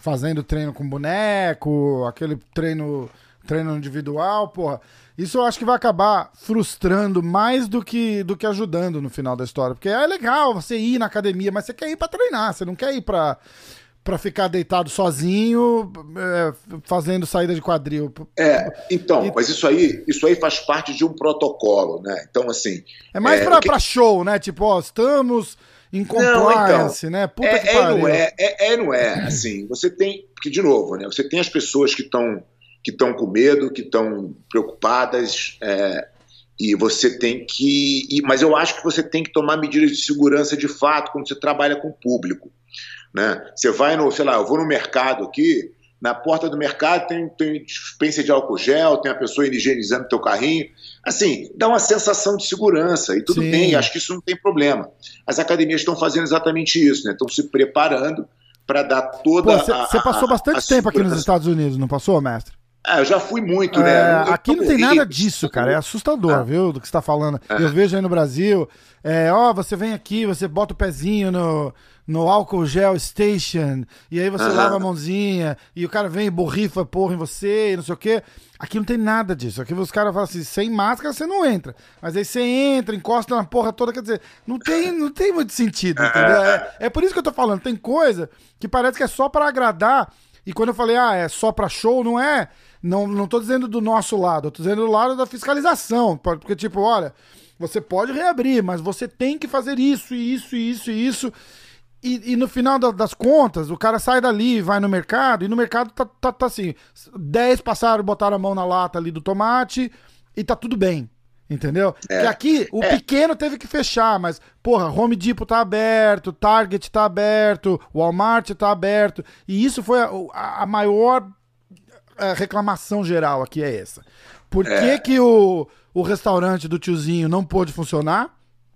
fazendo treino com boneco, aquele treino individual, porra. Isso eu acho que vai acabar frustrando mais do que ajudando no final da história. Porque é legal você ir na academia, mas você quer ir pra treinar, você não quer ir pra ficar deitado sozinho, fazendo saída de quadril. Então, mas isso aí faz parte de um protocolo, né? Então, assim... É mais pra show, né? Tipo, ó, estamos em compliance, né? Puta que pariu. Não é. Assim, você tem... Porque, de novo, né? Você tem as pessoas que estão com medo, que estão preocupadas, e você tem que... Mas eu acho que você tem que tomar medidas de segurança de fato quando você trabalha com o público. Né? Você vai eu vou no mercado aqui, na porta do mercado tem dispensa de álcool gel, tem a pessoa higienizando o teu carrinho, assim, dá uma sensação de segurança, e tudo Sim. bem, acho que isso não tem problema. As academias estão fazendo exatamente isso, né? Estão se preparando para dar toda Você passou bastante tempo aqui nos Estados Unidos, não passou, mestre? Eu já fui muito, né? Aqui não tem nada disso, cara. É assustador, viu, do que você tá falando. Eu vejo aí no Brasil, você vem aqui, você bota o pezinho no álcool gel station, e aí você lava a mãozinha, e o cara vem e borrifa porra em você, e não sei o quê. Aqui não tem nada disso. Aqui os caras falam assim, sem máscara você não entra. Mas aí você entra, encosta na porra toda, quer dizer, não tem muito sentido, entendeu? É por isso que eu tô falando, tem coisa que parece que é só pra agradar, e quando eu falei, é só pra show, não é... Não tô dizendo do nosso lado, eu tô dizendo do lado da fiscalização, porque tipo, olha, você pode reabrir, mas você tem que fazer isso, e no final das contas, o cara sai dali, vai no mercado, e no mercado tá assim, 10 passaram, botaram a mão na lata ali do tomate, e tá tudo bem, entendeu? Porque aqui, o pequeno teve que fechar, mas, porra, Home Depot tá aberto, Target tá aberto, Walmart tá aberto, e isso foi a maior... A reclamação geral aqui é essa. Por que o restaurante do tiozinho não pôde funcionar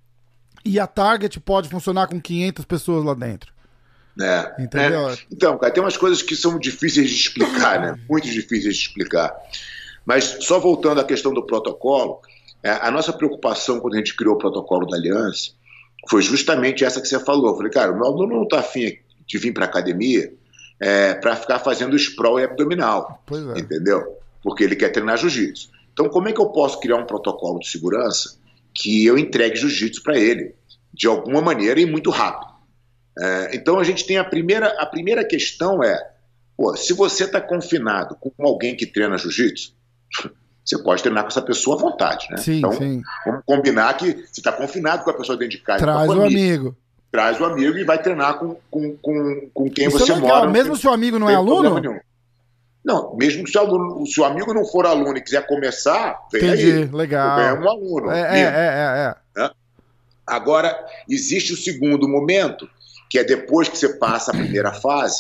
e a Target pode funcionar com 500 pessoas lá dentro? Entendeu? Então, cara, tem umas coisas que são difíceis de explicar, né? Muito difíceis de explicar. Mas só voltando à questão do protocolo, a nossa preocupação quando a gente criou o protocolo da Aliança foi justamente essa que você falou. Eu falei, cara, o meu aluno não está afim de vir para a academia para ficar fazendo sprawl e abdominal, entendeu? Porque ele quer treinar jiu-jitsu. Então, como é que eu posso criar um protocolo de segurança que eu entregue jiu-jitsu para ele, de alguma maneira e muito rápido? Então, a gente tem a primeira questão se você está confinado com alguém que treina jiu-jitsu, você pode treinar com essa pessoa à vontade, né? Sim, então, sim. Vamos combinar que você está confinado com a pessoa dentro de casa. Traz o amigo. Traz o amigo e vai treinar com quem isso você mora. Mesmo se o amigo não é aluno? Não, mesmo se o amigo não for aluno e quiser começar, vem aí. Legal. Ganha um aluno. Né? Agora, existe o segundo momento, que é depois que você passa a primeira fase,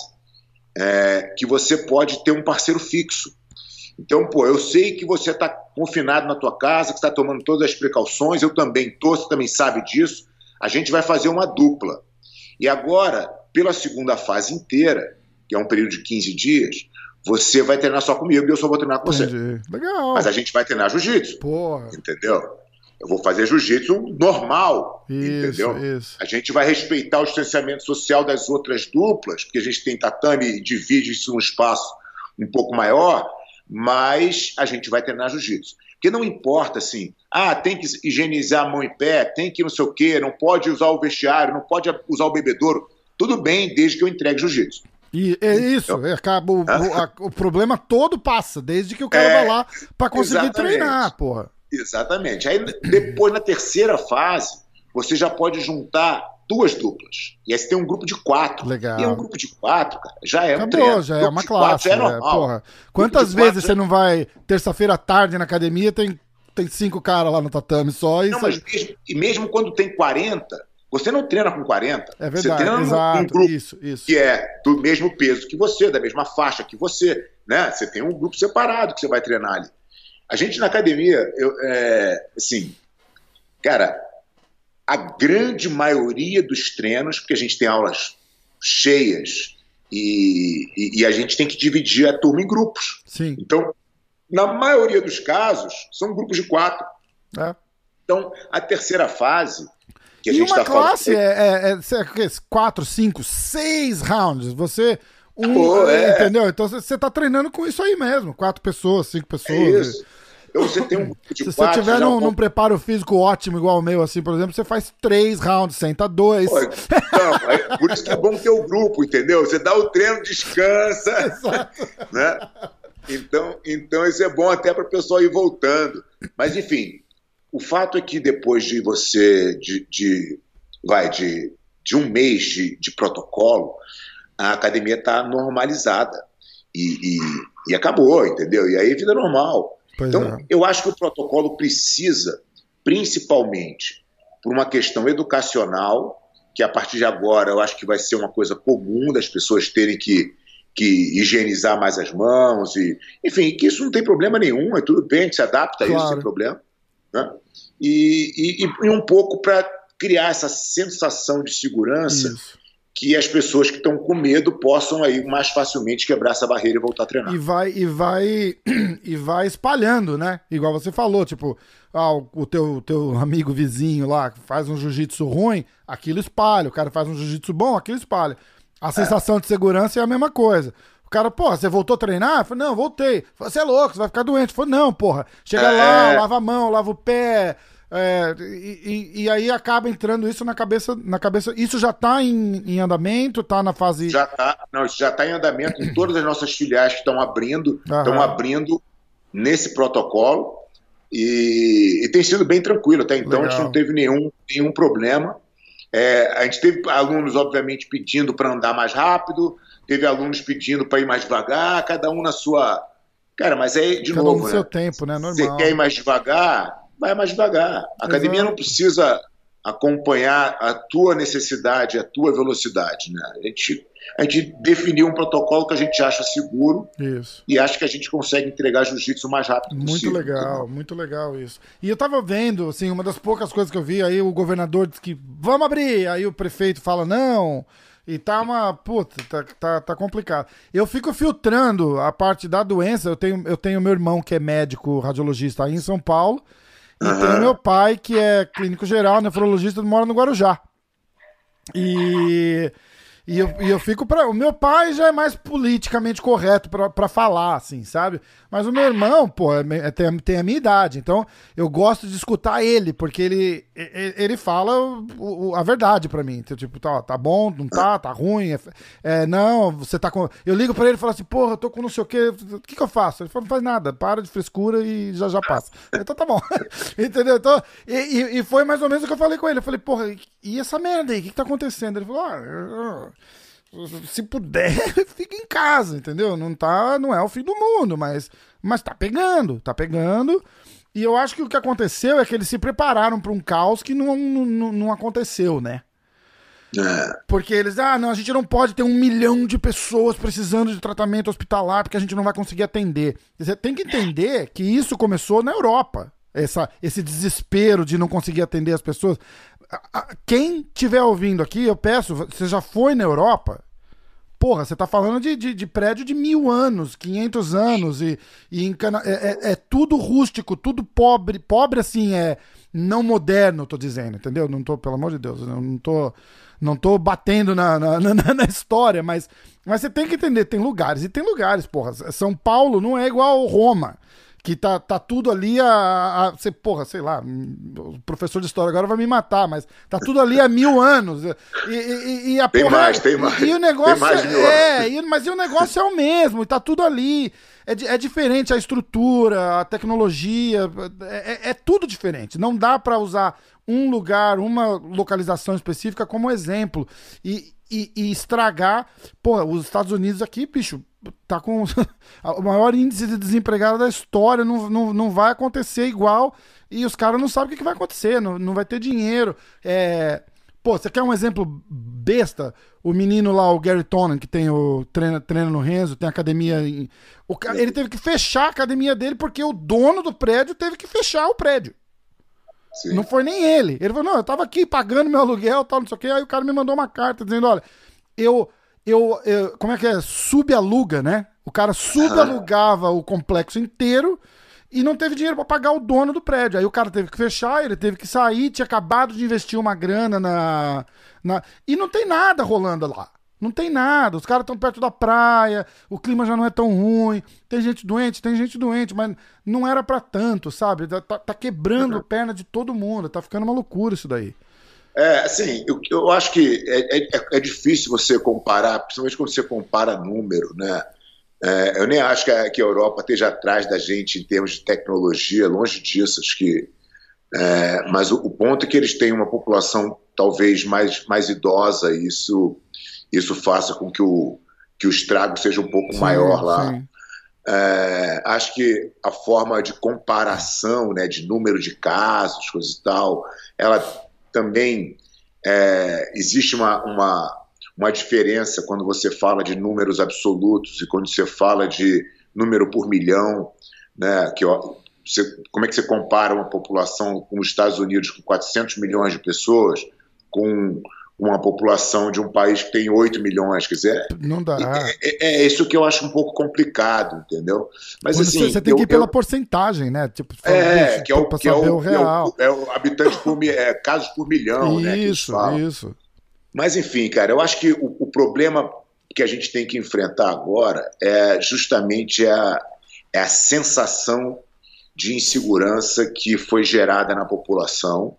que você pode ter um parceiro fixo. Então, eu sei que você está confinado na tua casa, que está tomando todas as precauções, eu também estou, você também sabe disso. A gente vai fazer uma dupla. E agora, pela segunda fase inteira, que é um período de 15 dias, você vai treinar só comigo e eu só vou treinar com você. Legal. Mas a gente vai treinar jiu-jitsu. Porra. Entendeu? Eu vou fazer jiu-jitsu normal. Entendeu? Isso. A gente vai respeitar o distanciamento social das outras duplas, porque a gente tem tatame e divide isso num espaço um pouco maior, mas a gente vai treinar jiu-jitsu. Porque não importa, assim, tem que higienizar a mão e pé, tem que não sei o quê, não pode usar o vestiário, não pode usar o bebedouro. Tudo bem, desde que eu entregue jiu-jitsu. E é isso, acaba o problema todo passa, desde que o cara vá lá para conseguir treinar, porra. Exatamente. Aí depois, na terceira fase, você já pode juntar 2 duplas. E aí você tem um grupo de 4. Legal. E um grupo de 4, cara, já é um treino. Já é uma classe. Porra. Quantas vezes você não vai, terça-feira à tarde na academia, tem 5 caras lá no tatame só. Não, mas mesmo quando tem 40, você não treina com 40. É verdade, você treina exato, num grupo isso. que é do mesmo peso que você, da mesma faixa que você. Né? Você tem um grupo separado que você vai treinar ali. A gente na academia, assim, cara, a grande maioria dos treinos, porque a gente tem aulas cheias e a gente tem que dividir a turma em grupos. Sim. Então, na maioria dos casos, são grupos de 4. Então, a terceira fase que a gente está falando... E uma classe é 4, 5, 6 rounds. Entendeu? Então você tá treinando com isso aí mesmo. 4 pessoas, 5 pessoas. É isso. Então você tem um grupo de 4. Se você tiver num preparo físico ótimo, igual o meu, assim, por exemplo, você faz 3 rounds, senta 2. Não, por isso que é bom ter o grupo, entendeu? Você dá o treino, descansa. Exato. Né? Então isso é bom até para o pessoal ir voltando. Mas, enfim, o fato é que depois de você, de um mês de protocolo, a academia está normalizada. E acabou, entendeu? E aí vida normal. Eu acho que o protocolo precisa, principalmente por uma questão educacional, que a partir de agora eu acho que vai ser uma coisa comum das pessoas terem que higienizar mais as mãos, enfim, que isso não tem problema nenhum, é tudo bem, a gente se adapta a isso sem problema. Né? E um pouco para criar essa sensação de segurança. Isso. Que as pessoas que estão com medo possam aí mais facilmente quebrar essa barreira e voltar a treinar. E vai espalhando, né? Igual você falou, tipo, o teu amigo vizinho lá faz um jiu-jitsu ruim, aquilo espalha. O cara faz um jiu-jitsu bom, aquilo espalha. A sensação de segurança é a mesma coisa. O cara, porra, você voltou a treinar? Eu falei, não, voltei. Você é louco, você vai ficar doente. Eu falei, não, porra, chega lá, lava a mão, lava o pé. E aí acaba entrando isso na cabeça. Isso já está em andamento, está na fase. Isso já está em andamento em todas as nossas filiais que estão abrindo nesse protocolo e tem sido bem tranquilo. Até então. Legal. A gente não teve nenhum problema. A gente teve alunos, obviamente, pedindo para andar mais rápido, teve alunos pedindo para ir mais devagar, cada um na sua. Cara, mas aí, de novo. Cada um no seu tempo, né? Normal. Você quer ir mais devagar? Vai mais devagar. A academia não precisa acompanhar a tua necessidade, a tua velocidade. Né? A gente definiu um protocolo que a gente acha seguro. Isso. E acha que a gente consegue entregar jiu-jitsu o mais rápido possível. Muito legal isso. E eu tava vendo, assim, uma das poucas coisas que eu vi, aí o governador disse que vamos abrir, aí o prefeito fala não, e tá uma, tá complicado. Eu fico filtrando a parte da doença, eu tenho meu irmão que é médico radiologista aí em São Paulo, e tem meu pai, que é clínico geral, nefrologista, mora no Guarujá. E eu fico o meu pai já é mais politicamente correto pra falar, assim, sabe? Mas o meu irmão, pô, tem a minha idade, então eu gosto de escutar ele, porque ele fala a verdade pra mim. Então, tipo, tá bom, não tá ruim, não, você tá com... Eu ligo pra ele e falo assim, porra, eu tô com não sei o quê, o que eu faço? Ele fala, não faz nada, para de frescura e já passa. Então tá bom, entendeu? Então, e foi mais ou menos o que eu falei com ele. Eu falei, porra, e essa merda aí, o que tá acontecendo? Ele falou, se puder, fica em casa, entendeu? Não é o fim do mundo, mas tá pegando. E eu acho que o que aconteceu é que eles se prepararam para um caos que não aconteceu, né? Porque eles, não, a gente não pode ter 1 milhão de pessoas precisando de tratamento hospitalar porque a gente não vai conseguir atender. Você tem que entender que isso começou na Europa, esse desespero de não conseguir atender as pessoas. Quem estiver ouvindo aqui, eu peço, você já foi na Europa? Porra, você tá falando de prédio de 1000 anos, 500 anos, é tudo rústico, tudo pobre assim, não moderno, tô dizendo, entendeu? Não tô, pelo amor de Deus, não tô batendo na história, mas você tem que entender, tem lugares, porra. São Paulo não é igual Roma, que tá tudo ali porra, sei lá, o professor de história agora vai me matar, mas tá tudo ali há 1000 anos. E a tem porra, mais. E o negócio tem mais de 1000 anos. Mas o negócio é o mesmo, e tá tudo ali. É diferente a estrutura, a tecnologia, é tudo diferente. Não dá pra usar um lugar, uma localização específica como exemplo e estragar. Pô, os Estados Unidos aqui, bicho, tá com o maior índice de desempregado da história, não vai acontecer igual, e os caras não sabem o que vai acontecer, não vai ter dinheiro. Pô, você quer um exemplo besta? O menino lá, o Gary Tonon, que tem treina no Renzo, tem academia. Ele teve que fechar a academia dele porque o dono do prédio teve que fechar o prédio. Sim. Não foi nem ele. Ele falou, não, eu tava aqui pagando meu aluguel, tal, não sei o quê. Aí o cara me mandou uma carta dizendo, olha, eu como é que é? Subaluga, né? O cara subalugava o complexo inteiro e não teve dinheiro pra pagar o dono do prédio. Aí o cara teve que fechar, ele teve que sair, tinha acabado de investir uma grana e não tem nada rolando lá. Não tem nada, os caras estão perto da praia, o clima já não é tão ruim, tem gente doente, mas não era pra tanto, sabe? Tá quebrando perna de todo mundo, tá ficando uma loucura isso daí. Assim, eu acho que é difícil você comparar, principalmente quando você compara número, né? Eu nem acho que a Europa esteja atrás da gente em termos de tecnologia, longe disso, acho que... mas o ponto é que eles têm uma população talvez mais idosa, e isso faça com que o estrago seja um pouco maior lá. Sim. Acho que a forma de comparação, né, de número de casos, coisa e tal, ela também existe uma diferença quando você fala de números absolutos e quando você fala de número por milhão, né, como é que você compara uma população como os Estados Unidos com 400 milhões de pessoas com uma população de um país que tem 8 milhões, quer dizer, não dá. Isso que eu acho um pouco complicado, entendeu? Mas assim, você tem que ir pela porcentagem, né? Tipo, que é o real. É o habitante casos por milhão, né? Isso. Mas enfim, cara, eu acho que o problema que a gente tem que enfrentar agora é justamente a sensação de insegurança que foi gerada na população,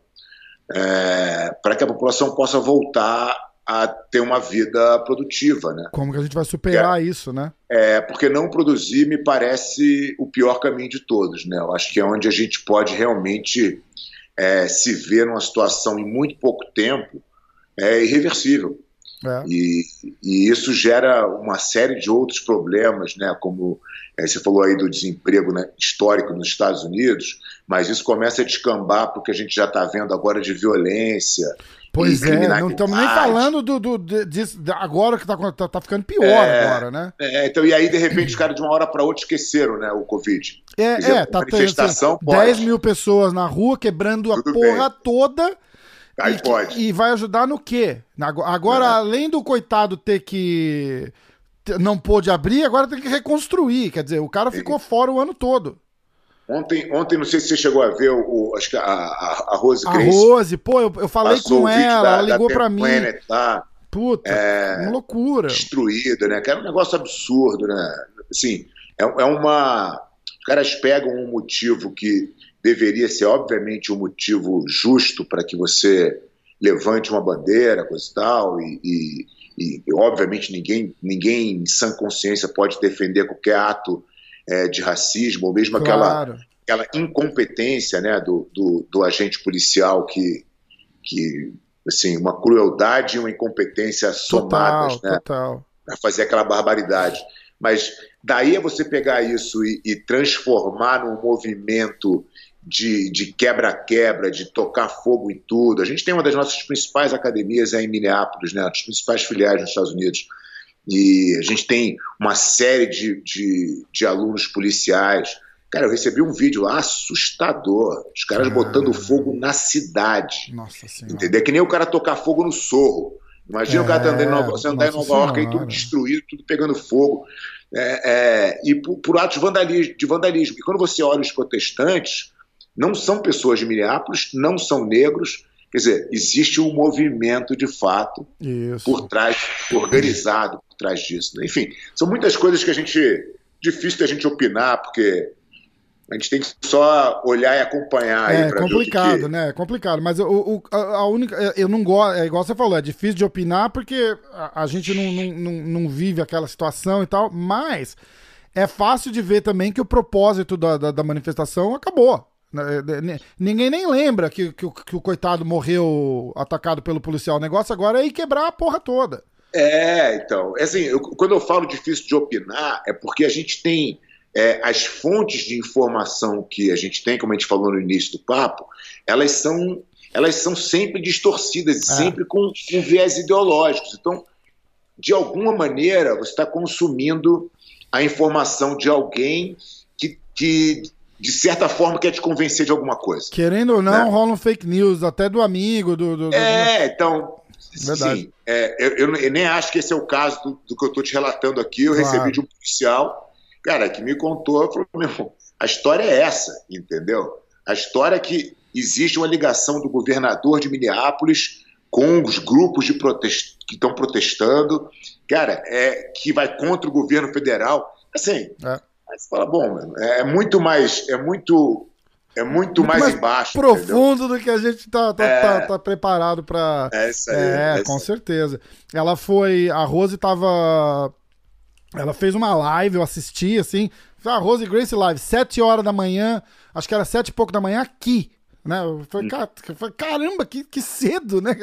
para que a população possa voltar a ter uma vida produtiva, né? Como que a gente vai superar isso, né? Porque não produzir me parece o pior caminho de todos, né? Eu acho que é onde a gente pode realmente se ver numa situação em muito pouco tempo irreversível. E isso gera uma série de outros problemas, né? Como você falou aí do desemprego, né, histórico nos Estados Unidos, mas isso começa a descambar porque a gente já está vendo agora de violência. Pois não estamos nem falando disso agora, que tá ficando pior agora, né? Então, e aí, de repente, os caras de uma hora para outra esqueceram, né, o Covid. Tá manifestação tendo 10 mil pessoas na rua quebrando a porra toda. E vai ajudar no quê? Agora, além do coitado ter que... não pôde abrir, agora tem que reconstruir. Quer dizer, o cara ficou fora o ano todo. Ontem, não sei se você chegou a ver acho que a Rose Grace. A Rose, pô, eu falei com ela ligou pra mim. Tá, puta, uma loucura. Destruída, né? Que era um negócio absurdo, né? Assim, os caras pegam um motivo que deveria ser, obviamente, um motivo justo para que você levante uma bandeira, coisa e tal, e obviamente ninguém em sã consciência pode defender qualquer ato de racismo, ou mesmo aquela incompetência, né, do agente policial que assim, uma crueldade e uma incompetência somadas, né, para fazer aquela barbaridade. Mas daí é você pegar isso e transformar num movimento de quebra-quebra, de tocar fogo em tudo. A gente tem uma das nossas principais academias em Minneapolis, né, as principais filiais nos Estados Unidos, e a gente tem uma série de alunos policiais. Cara, eu recebi um vídeo lá assustador, os caras botando fogo na cidade. Nossa Senhora. Entendeu? É que nem o cara tocar fogo no Sorro. Imagina o cara tá andando em Nova York, aí tudo destruído, tudo pegando fogo. E por atos de vandalismo. E quando você olha os protestantes, não são pessoas de Minneapolis, não são negros. Quer dizer, existe um movimento de fato por trás, organizado por trás disso. Enfim, são muitas coisas que difícil da gente opinar, porque a gente tem que só olhar e acompanhar. É complicado, né? É complicado. Mas a única. Eu não gosto. É igual você falou, é difícil de opinar porque a gente não vive aquela situação e tal. Mas é fácil de ver também que o propósito da manifestação acabou. Ninguém nem lembra que o coitado morreu atacado pelo policial. O negócio agora é ir quebrar a porra toda. Então. Assim, quando eu falo difícil de opinar, é porque a gente tem. As fontes de informação que a gente tem, como a gente falou no início do papo, elas são sempre distorcidas, sempre com viés ideológicos. Então, de alguma maneira, você está consumindo a informação de alguém que de certa forma, quer te convencer de alguma coisa. Querendo ou não, rolam fake news, até do amigo. Então, sim. Eu nem acho que esse é o caso do que eu estou te relatando aqui. Eu recebi de um policial, cara, que me contou, falou, meu, a história é essa, entendeu? A história é que existe uma ligação do governador de Minneapolis com os grupos de que estão protestando, cara, que vai contra o governo federal. Assim, aí você fala, bom, mano, é muito mais embaixo. Profundo, entendeu? Do que a gente tá preparado para. É isso aí. Com certeza. A Rose tava. Ela fez uma live, eu assisti, assim. A Rose Gracie Live, 7 horas da manhã, acho que era 7 e pouco da manhã aqui. Né? Eu falei, caramba, que cedo, né?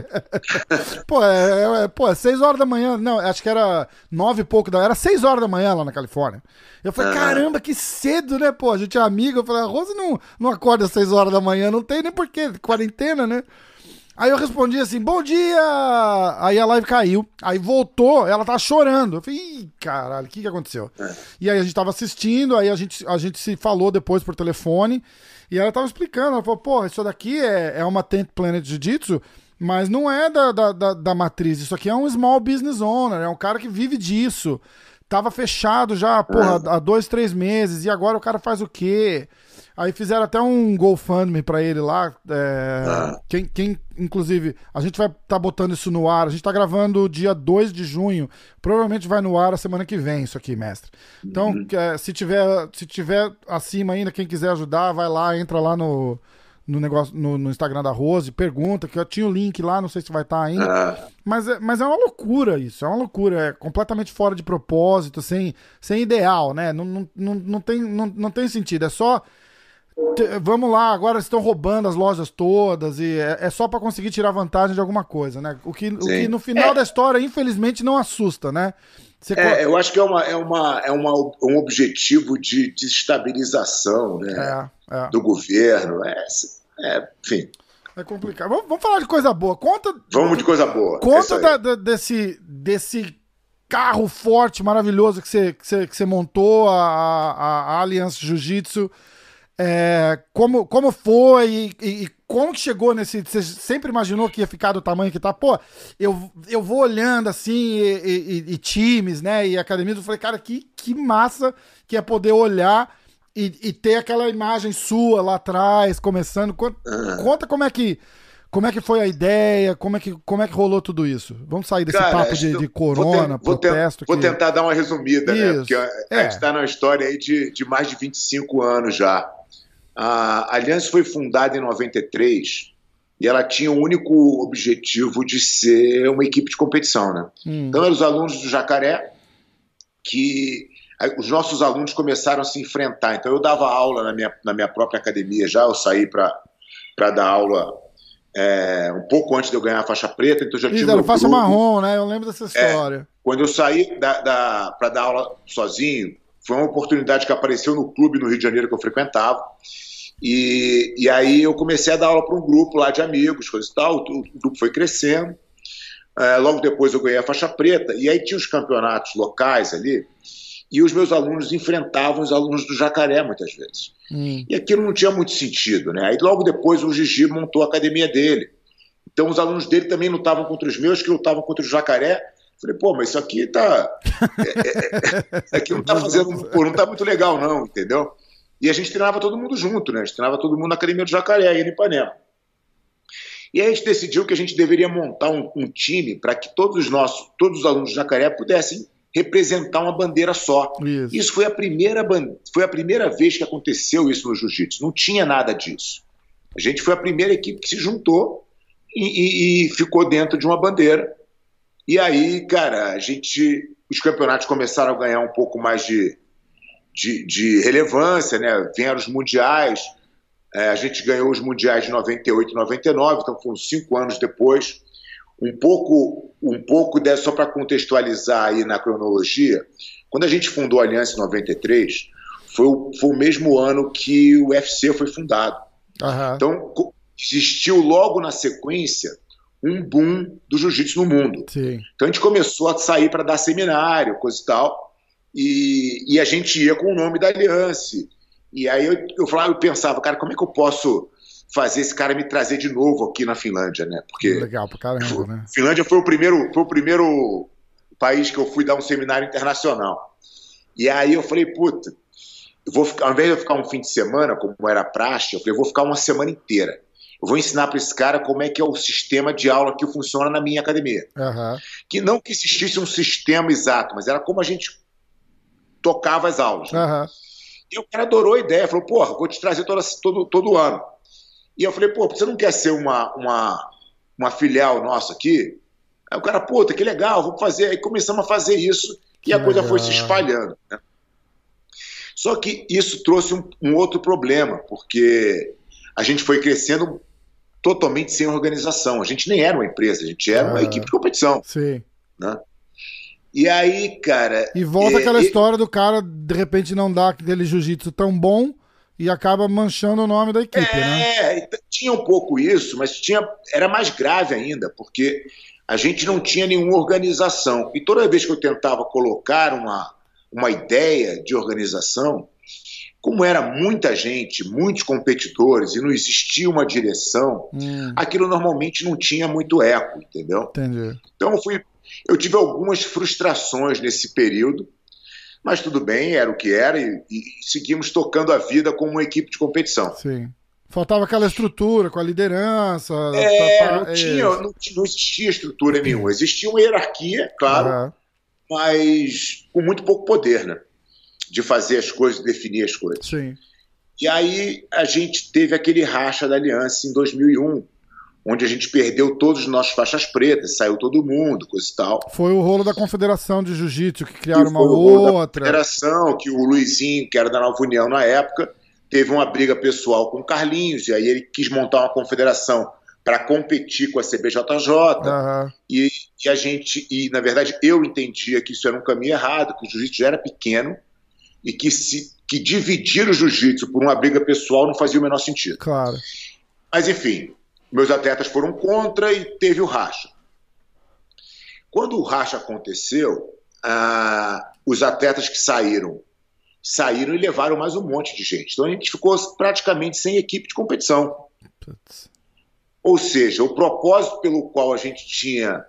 Pô, 6 horas da manhã. Não, acho que era 9 e pouco era 6 horas da manhã lá na Califórnia. Eu falei, caramba, que cedo, né? Pô, a gente é amigo. Eu falei, a Rose não acorda às 6 horas da manhã, não tem nem porquê, quarentena, né? Aí eu respondi assim, bom dia! Aí a live caiu, aí voltou, ela tava chorando. Eu falei, ih, caralho, o que aconteceu? E aí a gente tava assistindo, aí a gente se falou depois por telefone, e ela tava explicando, ela falou, pô, isso daqui é uma Tent Planet Jiu-Jitsu, mas não é da matriz, isso aqui é um small business owner, é um cara que vive disso. Tava fechado já, porra, há 2, 3 meses, e agora o cara faz o quê? Aí fizeram até um GoFundMe pra ele lá. Quem, inclusive, a gente vai estar botando isso no ar. A gente tá gravando dia 2 de junho. Provavelmente vai no ar a semana que vem, isso aqui, mestre. Então, se tiver acima ainda, quem quiser ajudar, vai lá, entra lá no negócio, no Instagram da Rose, pergunta, que eu tinha o link lá, não sei se vai estar ainda. Mas é uma loucura isso, é uma loucura. É completamente fora de propósito, sem ideal, né? Não tem sentido, é só. Vamos lá, agora estão roubando as lojas todas e é só para conseguir tirar vantagem de alguma coisa, né? O que no final da história, infelizmente, não assusta, né? Eu acho que é um objetivo de desestabilização, né? Do governo. Enfim. É complicado. Vamos falar de coisa boa. Vamos de coisa boa. Conta desse carro forte, maravilhoso que você montou, a Alliance Jiu-Jitsu. Como foi e como que chegou nesse... Você sempre imaginou que ia ficar do tamanho que tá? Pô, eu vou olhando assim e times, né, e academias, eu falei, cara, que massa que é poder olhar e ter aquela imagem sua lá atrás, começando. Conta como é que foi a ideia, como é que rolou tudo isso? Vamos sair desse papo de corona, protesto. Vou tentar dar uma resumida, né? Porque a gente está numa história aí de mais de 25 anos já. A Aliança foi fundada em 93 e ela tinha o único objetivo de ser uma equipe de competição, né? Então eram os alunos do Jacaré que... Os nossos alunos começaram a se enfrentar. Então eu dava aula na minha própria academia já, eu saí para dar aula um pouco antes de eu ganhar a faixa preta, então já tive era faixa marrom, né? Eu lembro dessa história. Quando eu saí para dar aula sozinho, foi uma oportunidade que apareceu no clube no Rio de Janeiro que eu frequentava, e aí eu comecei a dar aula para um grupo lá de amigos, coisa e tal, o grupo foi crescendo, logo depois eu ganhei a faixa preta, e aí tinha os campeonatos locais ali, e os meus alunos enfrentavam os alunos do Jacaré muitas vezes. E aquilo não tinha muito sentido, né? Aí logo depois o Gigi montou a academia dele. Então os alunos dele também lutavam contra os meus, que lutavam contra o Jacaré. Falei, pô, mas isso aqui tá... isso aqui não tá fazendo... Pô, não tá muito legal não, entendeu? E a gente treinava todo mundo junto, né? A gente treinava todo mundo na academia do Jacaré, aí em Ipanema. E aí a gente decidiu que a gente deveria montar um time para que todos os alunos do Jacaré pudessem representar uma bandeira só. Isso foi a primeira vez que aconteceu isso no jiu-jitsu. Não tinha nada disso. A gente foi a primeira equipe que se juntou e ficou dentro de uma bandeira. E aí, cara, os campeonatos começaram a ganhar um pouco mais de relevância, né? Vieram os mundiais. A gente ganhou os mundiais de 98 e 99, então foram 5 anos depois. Um pouco dessa, só para contextualizar aí na cronologia, quando a gente fundou a Aliança em 93, foi o mesmo ano que o UFC foi fundado. Então, existiu logo na sequência um boom do jiu-jitsu no mundo. Sim. Então a gente começou a sair para dar seminário, coisa e tal, e a gente ia com o nome da Aliança. E aí eu pensava, cara, como é que eu posso fazer esse cara me trazer de novo aqui na Finlândia, né? Porque legal pra caramba, né? Finlândia foi o primeiro país que eu fui dar um seminário internacional. E aí eu falei, puta, ao invés de eu ficar um fim de semana, como era praxe, eu falei, eu vou ficar uma semana inteira. eu vou ensinar para esse cara como é que é o sistema de aula que funciona na minha academia. Uhum. Que não que existisse um sistema exato, mas era como a gente tocava as aulas. Né? Uhum. E o cara adorou a ideia, falou, porra, vou te trazer todo ano. E eu falei, pô, você não quer ser uma filial nossa aqui? Aí o cara, puta, que legal, vamos fazer. Aí começamos a fazer isso e a coisa foi se espalhando. Né? Só que isso trouxe um outro problema, porque a gente foi crescendo totalmente sem organização. A gente nem era uma empresa, a gente era uma equipe de competição. Sim. Né? E aí, cara... E volta aquela história do cara, de repente, não dar aquele jiu-jitsu tão bom e acaba manchando o nome da equipe, né? Tinha um pouco isso, mas era mais grave ainda, porque a gente não tinha nenhuma organização. E toda vez que eu tentava colocar uma ideia de organização, como era muita gente, muitos competidores, e não existia uma direção, aquilo normalmente não tinha muito eco, entendeu? Entendi. Então eu tive algumas frustrações nesse período, mas tudo bem, era o que era, e seguimos tocando a vida como uma equipe de competição. Sim. Faltava aquela estrutura com a liderança. Não existia estrutura nenhuma. Existia uma hierarquia, claro, mas com muito pouco poder, né? De fazer as coisas, definir as coisas. Sim. E aí a gente teve aquele racha da aliança em 2001, onde a gente perdeu todos os nossos faixas pretas, saiu todo mundo, coisa e tal. Foi o rolo da Confederação de Jiu-Jitsu que criaram uma outra. Confederação, que o Luizinho, que era da Nova União na época, teve uma briga pessoal com o Carlinhos, e aí ele quis montar uma confederação para competir com a CBJJ, e a gente, na verdade, eu entendia que isso era um caminho errado, que o jiu-jitsu já era pequeno, e que dividir o jiu-jitsu por uma briga pessoal não fazia o menor sentido. Claro. Mas, enfim, meus atletas foram contra e teve o racha. Quando o racha aconteceu, os atletas que saíram e levaram mais um monte de gente. Então a gente ficou praticamente sem equipe de competição. Putz. Ou seja, o propósito pelo qual a gente tinha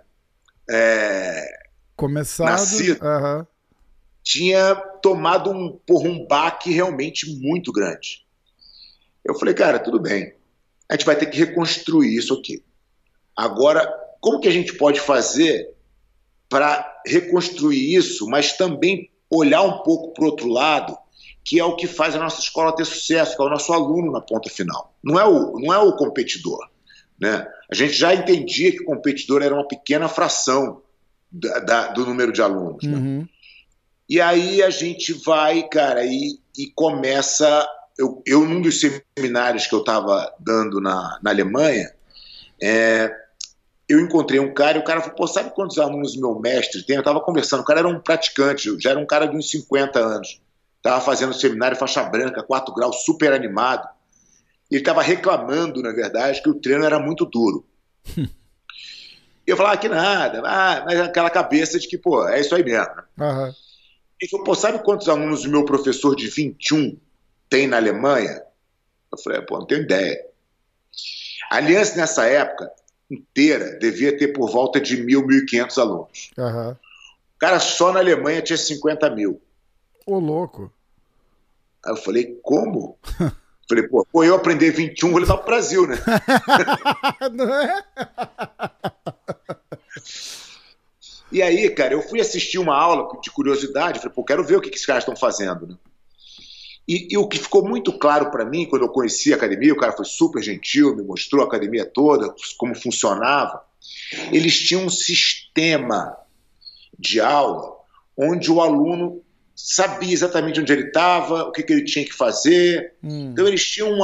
nascido tinha tomado um baque realmente muito grande. Eu falei, cara, tudo bem, a gente vai ter que reconstruir isso aqui. Agora, como que a gente pode fazer para reconstruir isso, mas também olhar um pouco para o outro lado, que é o que faz a nossa escola ter sucesso, que é o nosso aluno na ponta final. Não é o competidor. Né? A gente já entendia que o competidor era uma pequena fração do número de alunos. Né? E aí a gente vai, cara, e começa... Eu, num dos seminários que eu estava dando na Alemanha, eu encontrei um cara, e o cara falou, pô, sabe quantos alunos meu mestre tem? Eu estava conversando, o cara era um praticante, já era um cara de uns 50 anos. Estava fazendo seminário faixa branca, 4 graus, super animado. Ele estava reclamando, na verdade, que o treino era muito duro. Eu falava que nada, mas aquela cabeça de que, pô, é isso aí mesmo. Né? Ele falou, pô, sabe quantos alunos o meu professor de 21 tem na Alemanha? Eu falei, pô, não tenho ideia. A Aliança, nessa época inteira, devia ter por volta de 1.000, 1.500 alunos. O cara só na Alemanha tinha 50 mil. Ô, louco. Aí eu falei, como? Falei, pô, eu aprender 21, vou levar pro Brasil, né? Não é? E aí, cara, eu fui assistir uma aula de curiosidade, falei, pô, quero ver o que esses caras estão fazendo, né? E o que ficou muito claro para mim, quando eu conheci a academia, o cara foi super gentil, me mostrou a academia toda, como funcionava. Eles tinham um sistema de aula onde o aluno sabia exatamente onde ele estava, o que ele tinha que fazer. Então eles tinham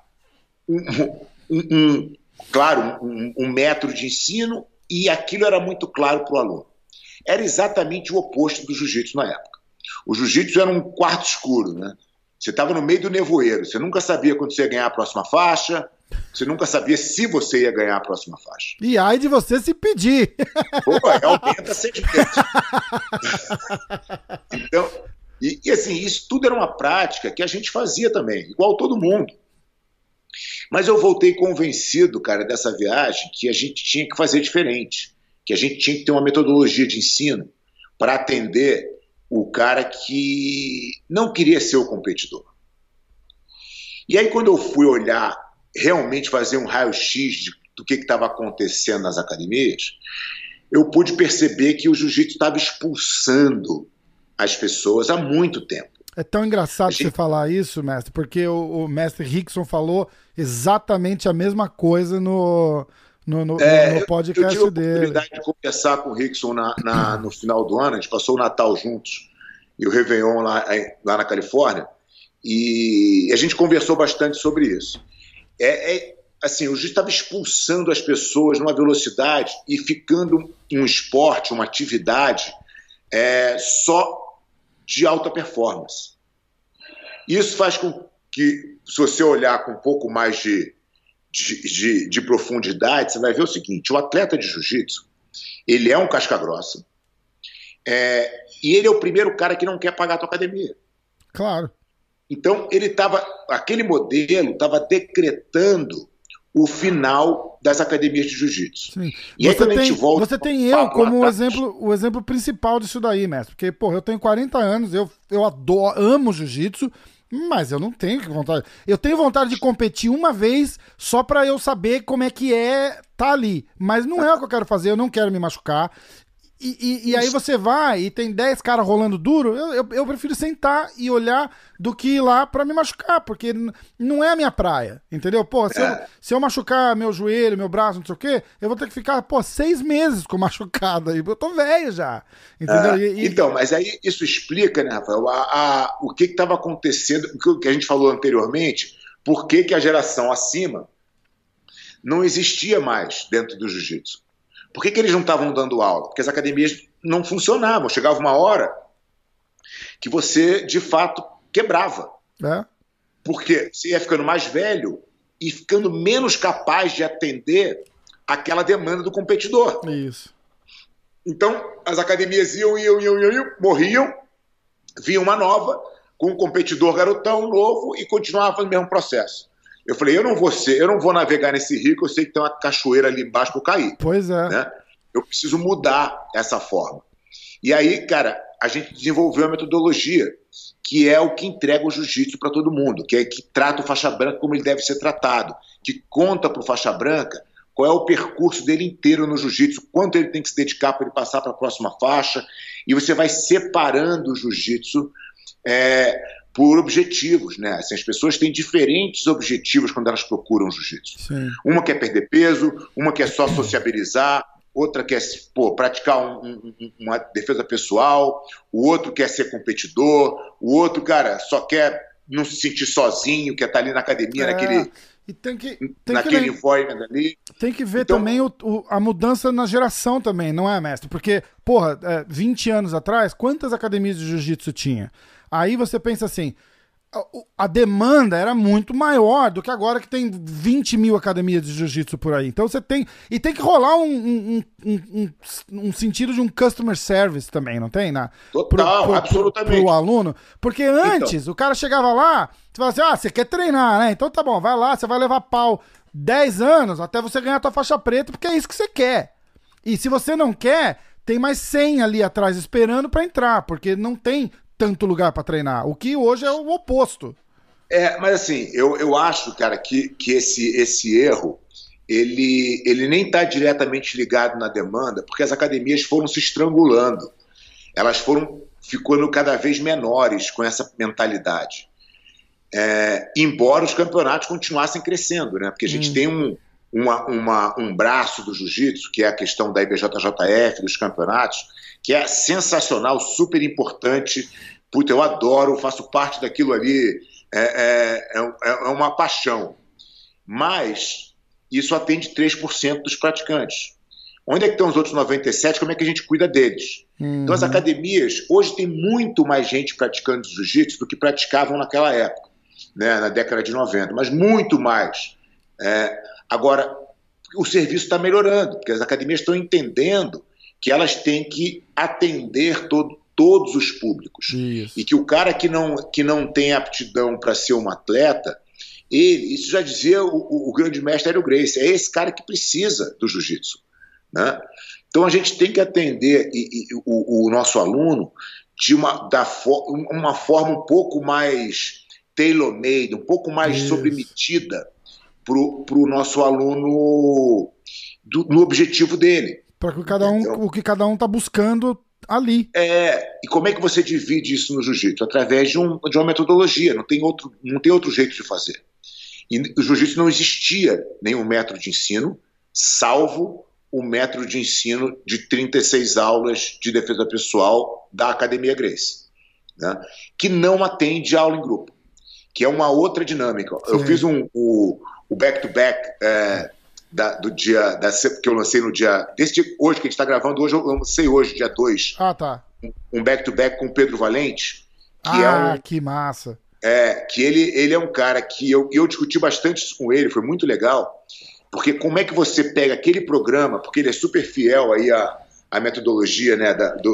um método de ensino, e aquilo era muito claro para o aluno. Era exatamente o oposto do jiu-jitsu na época. O jiu-jitsu era um quarto escuro, né? Você estava no meio do nevoeiro, você nunca sabia quando você ia ganhar a próxima faixa, você nunca sabia se você ia ganhar a próxima faixa. E ai de você se pedir. Pô, aumenta 100 vezes. Então, e assim, isso tudo era uma prática que a gente fazia também, igual todo mundo. Mas eu voltei convencido, cara, dessa viagem, que a gente tinha que fazer diferente, que a gente tinha que ter uma metodologia de ensino para atender o cara que não queria ser o competidor. E aí, quando eu fui olhar realmente fazer um raio-x do que estava acontecendo nas academias, eu pude perceber que o jiu-jitsu estava expulsando as pessoas há muito tempo. É tão engraçado você falar isso, mestre, porque o mestre Rickson falou exatamente a mesma coisa no podcast eu tive a dele. oportunidade de conversar com o Rickson no final do ano, a gente passou o Natal juntos e o Réveillon lá na Califórnia, e a gente conversou bastante sobre isso. Assim, o jiu-jitsu estava expulsando as pessoas numa velocidade e ficando um esporte, uma atividade só de alta performance. Isso faz com que, se você olhar com um pouco mais de profundidade, você vai ver o seguinte: o atleta de jiu-jitsu, ele é um casca-grossa, e ele é o primeiro cara que não quer pagar a tua academia. Claro. Então, aquele modelo estava decretando o final das academias de jiu-jitsu. E você tem eu como o exemplo principal disso daí, mestre. Porque, porra, eu tenho 40 anos, eu amo jiu-jitsu, mas eu não tenho vontade. Eu tenho vontade de competir uma vez só pra eu saber como é que tá ali. Mas não é o que eu quero fazer, eu não quero me machucar. E aí você vai e tem 10 caras rolando duro, eu prefiro sentar e olhar do que ir lá pra me machucar, porque não é a minha praia, entendeu? Pô, se eu machucar meu joelho, meu braço, não sei o quê, eu vou ter que ficar, 6 meses com machucado aí, eu tô velho já, entendeu? Então, mas aí isso explica, né, Rafael, o que estava acontecendo, o que a gente falou anteriormente, por que a geração acima não existia mais dentro do jiu-jitsu. Por que eles não estavam dando aula? Porque as academias não funcionavam. Chegava uma hora que você, de fato, quebrava. Porque você ia ficando mais velho e ficando menos capaz de atender aquela demanda do competidor. Isso. Então, as academias iam, morriam, vinha uma nova, com um competidor garotão novo e continuava fazendo o mesmo processo. Eu falei, eu não vou navegar nesse rio, que eu sei que tem uma cachoeira ali embaixo para eu cair. Pois é. Né? Eu preciso mudar essa forma. E aí, cara, a gente desenvolveu a metodologia, que é o que entrega o jiu-jitsu para todo mundo, que trata o faixa branca como ele deve ser tratado, que conta para o faixa branca qual é o percurso dele inteiro no jiu-jitsu, quanto ele tem que se dedicar para ele passar para a próxima faixa, e você vai separando o jiu-jitsu por objetivos, né? Assim, as pessoas têm diferentes objetivos quando elas procuram jiu-jitsu. Uma quer perder peso, uma quer só sociabilizar, outra quer praticar uma defesa pessoal, o outro quer ser competidor, o outro, cara, só quer não se sentir sozinho, quer estar ali na academia, naquele environment ali. Tem que ver também a mudança na geração também, não é, mestre? Porque, 20 anos atrás, quantas academias de jiu-jitsu tinha? Aí você pensa assim, a demanda era muito maior do que agora que tem 20 mil academias de jiu-jitsu por aí. Então você tem que rolar um sentido de um customer service também, não tem? Total, absolutamente. Pro aluno. Porque antes, o cara chegava lá, você falava assim, você quer treinar, né? Então tá bom, vai lá, você vai levar pau 10 anos até você ganhar a tua faixa preta, porque é isso que você quer. E se você não quer, tem mais 100 ali atrás esperando pra entrar, porque não tem tanto lugar para treinar, o que hoje é o oposto. Mas assim, eu acho, cara, que esse erro, ele nem está diretamente ligado na demanda, porque as academias foram se estrangulando, elas foram ficando cada vez menores com essa mentalidade, embora os campeonatos continuassem crescendo, né? Porque a gente tem um braço do jiu-jitsu, que é a questão da IBJJF, dos campeonatos, que é sensacional, super importante. Puta, eu adoro, faço parte daquilo ali, é uma paixão. Mas isso atende 3% dos praticantes. Onde é que estão os outros 97%? Como é que a gente cuida deles? Então as academias, hoje tem muito mais gente praticando jiu-jitsu do que praticavam naquela época, né, na década de 90, mas muito mais. Agora, o serviço está melhorando, porque as academias estão entendendo que elas têm que atender todos os públicos. Isso. E que o cara que não tem aptidão para ser um atleta, isso já dizia o grande mestre Hélio Gracie, é esse cara que precisa do jiu-jitsu. Né? Então a gente tem que atender o nosso aluno de uma forma um pouco mais tailor-made, um pouco mais sobre medida, para o nosso aluno no objetivo dele. Para que o que cada um está buscando ali. E como é que você divide isso no jiu-jitsu? Através de uma metodologia, não tem outro jeito de fazer. E o jiu-jitsu não existia nenhum método de ensino, salvo o método de ensino de 36 aulas de defesa pessoal da Academia Gracie, né? Que não atende aula em grupo, que é uma outra dinâmica. Sim. Eu fiz o back-to-back do dia que eu lancei no dia desse dia, hoje que a gente está gravando, hoje eu lancei hoje, dia 2. Ah, tá. Um back-to-back com o Pedro Valente, que massa. Que ele é um cara que eu discuti bastante isso com ele, foi muito legal, porque como é que você pega aquele programa, porque ele é super fiel aí à metodologia, né,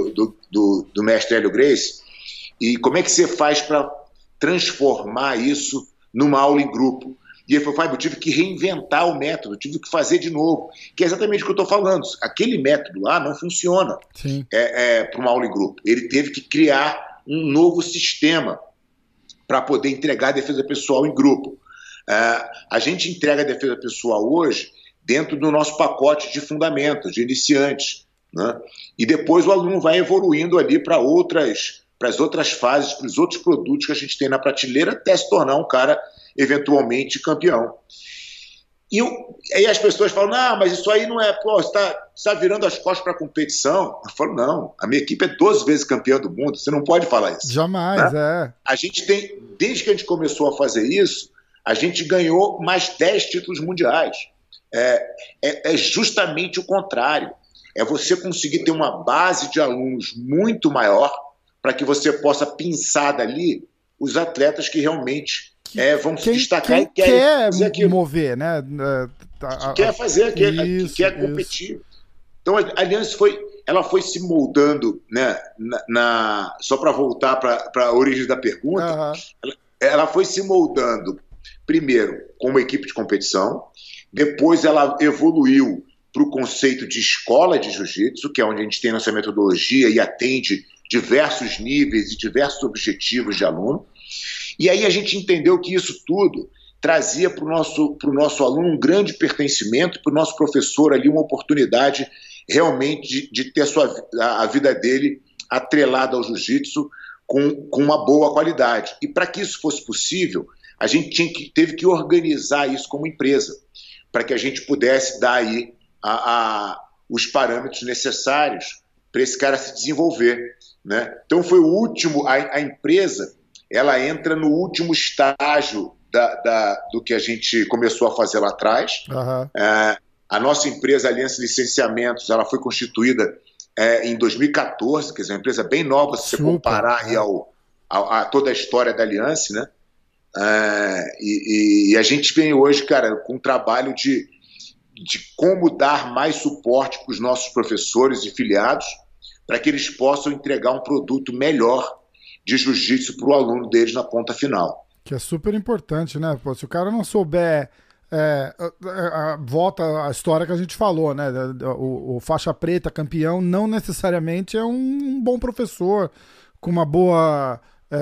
do mestre Hélio Gracie, e como é que você faz para transformar isso numa aula em grupo? E ele falou, Fábio, eu tive que reinventar o método, tive que fazer de novo, que é exatamente o que eu estou falando. Aquele método lá não funciona para uma aula em grupo. Ele teve que criar um novo sistema para poder entregar a defesa pessoal em grupo. A gente entrega a defesa pessoal hoje dentro do nosso pacote de fundamentos, de iniciantes, né? E depois o aluno vai evoluindo ali para as outras fases, para os outros produtos que a gente tem na prateleira, até se tornar um cara eventualmente campeão. E aí as pessoas falam, mas isso aí não é, você está virando as costas para a competição. Eu falo, não, a minha equipe é 12 vezes campeã do mundo, você não pode falar isso. Jamais, né? A gente tem, desde que a gente começou a fazer isso, a gente ganhou mais 10 títulos mundiais. É justamente o contrário. É você conseguir ter uma base de alunos muito maior para que você possa pinçar dali os atletas que realmente vão se destacar e quer mover, né? Que quer fazer, que quer competir. Então a Aliança ela foi se moldando, né, só para voltar para a origem da pergunta, ela foi se moldando primeiro como equipe de competição, depois ela evoluiu para o conceito de escola de jiu-jitsu, que é onde a gente tem nossa metodologia e atende diversos níveis e diversos objetivos de aluno. E aí a gente entendeu que isso tudo trazia para o nosso aluno um grande pertencimento, para o nosso professor ali uma oportunidade realmente de ter a vida dele atrelada ao jiu-jitsu com uma boa qualidade. E para que isso fosse possível, a gente teve que organizar isso como empresa, para que a gente pudesse dar aí os parâmetros necessários para esse cara se desenvolver, né? Então foi o último, a empresa, ela entra no último estágio do que a gente começou a fazer lá atrás. A nossa empresa Aliança Licenciamentos, ela foi constituída em 2014, quer dizer, uma empresa bem nova, se você comparar aí a toda a história da Aliança, né? E a gente vem hoje, cara, com um trabalho de como dar mais suporte para os nossos professores e filiados, para que eles possam entregar um produto melhor de jiu-jitsu para o aluno deles na ponta final. Que é super importante, né? Pô, se o cara não souber, volta a história que a gente falou, né? O faixa preta campeão não necessariamente é um bom professor, com uma boa...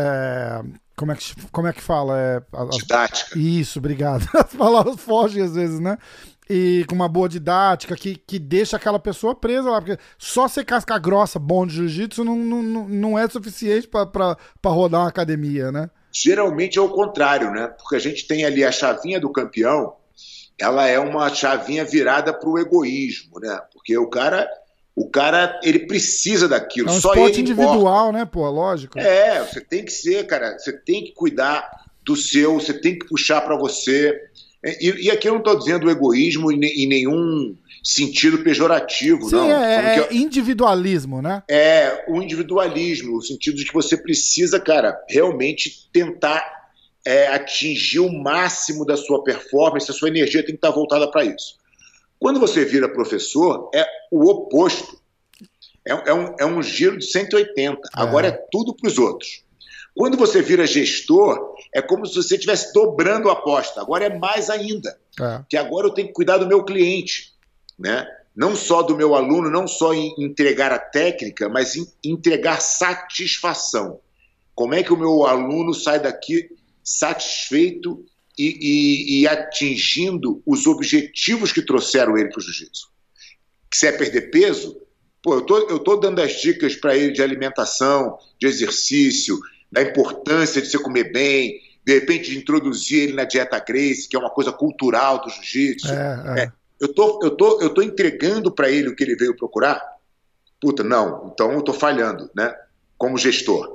como é que fala? Didática. Isso, obrigado. As palavras fogem às vezes, né? E com uma boa didática que deixa aquela pessoa presa lá, porque só ser casca grossa bom de jiu-jitsu não é suficiente para rodar uma academia, né? Geralmente é o contrário, né? Porque a gente tem ali a chavinha do campeão, ela é uma chavinha virada para o egoísmo, né? Porque o cara ele precisa daquilo. É um só esporte ele individual, importa. Né, pô? Lógico. Você tem que ser, cara, você tem que cuidar do seu, você tem que puxar para você. E aqui eu não estou dizendo egoísmo em nenhum sentido pejorativo. Sim, não. É individualismo, né? O individualismo, no sentido de que você precisa, cara, realmente tentar atingir o máximo da sua performance, a sua energia tem que estar voltada para isso. Quando você vira professor, é o oposto. É um giro de 180. Agora é tudo para os outros. Quando você vira gestor, é como se você estivesse dobrando a aposta. Agora é mais ainda. Que agora eu tenho que cuidar do meu cliente, né? Não só do meu aluno, não só em entregar a técnica, mas em entregar satisfação. Como é que o meu aluno sai daqui satisfeito e atingindo os objetivos que trouxeram ele para o jiu-jitsu. Se é perder peso, pô, eu tô dando as dicas para ele de alimentação, de exercício, da importância de você comer bem, de repente de introduzir ele na dieta Gracie, que é uma coisa cultural do jiu-jitsu. Eu tô entregando para ele o que ele veio procurar? Puta, não, então eu tô falhando, né? Como gestor.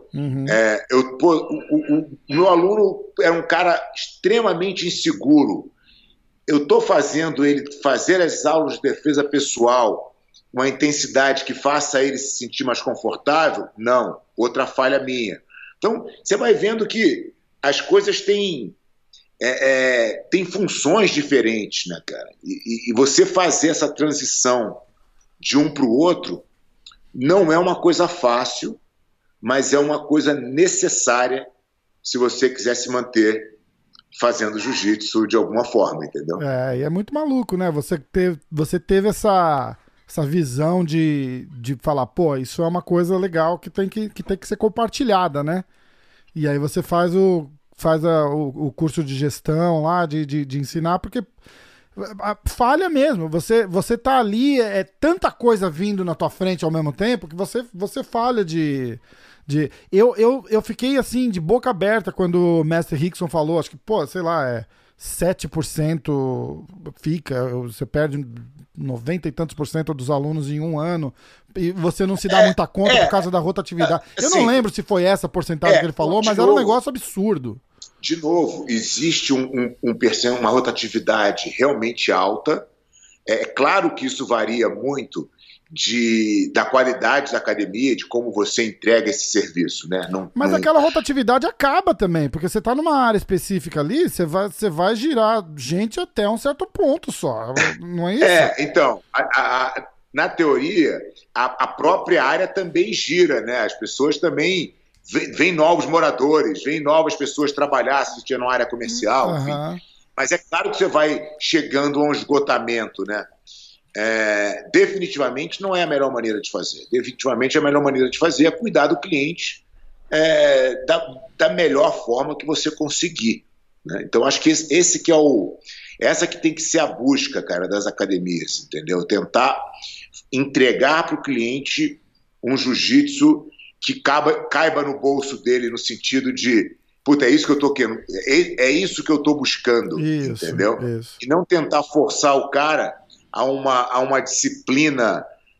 O meu aluno era um cara extremamente inseguro. Eu estou fazendo ele fazer as aulas de defesa pessoal com uma intensidade que faça ele se sentir mais confortável? Não, outra falha minha. Então, você vai vendo que as coisas têm funções diferentes, né, cara? E você fazer essa transição de um para o outro não é uma coisa fácil, mas é uma coisa necessária se você quiser se manter fazendo jiu-jitsu de alguma forma, entendeu? E é muito maluco, né? Você teve essa visão de falar, pô, isso é uma coisa legal que tem que ser compartilhada, né? E aí você faz o curso de gestão lá, de ensinar, porque falha mesmo. Você tá ali, tanta coisa vindo na tua frente ao mesmo tempo que você falha Eu fiquei assim, de boca aberta quando o Mestre Rickson falou, acho que, pô, sei lá, 7% fica, você perde 90 e tantos % dos alunos em um ano, e você não se dá muita conta por causa da rotatividade. Eu não lembro se foi essa porcentagem que ele falou, mas era um negócio absurdo. De novo, existe uma rotatividade realmente alta. É claro que isso varia muito da qualidade da academia, de como você entrega esse serviço, né? Mas aquela rotatividade acaba também, porque você está numa área específica ali, você vai girar gente até um certo ponto só, não é isso? Então, na teoria, a própria área também gira, né? As pessoas também vêm novos moradores, vêm novas pessoas trabalhar, assistir na área comercial, enfim. Mas é claro que você vai chegando a um esgotamento, né? Definitivamente não é a melhor maneira de fazer. Definitivamente a melhor maneira de fazer é cuidar do cliente da melhor forma que você conseguir, né? Então acho que essa que tem que ser a busca, cara, das academias, entendeu? Tentar entregar para o cliente um jiu-jitsu que caiba no bolso dele, no sentido de, puta, é isso que eu tô querendo, é isso que eu tô buscando, entendeu? Isso. E não tentar forçar o cara a uma disciplina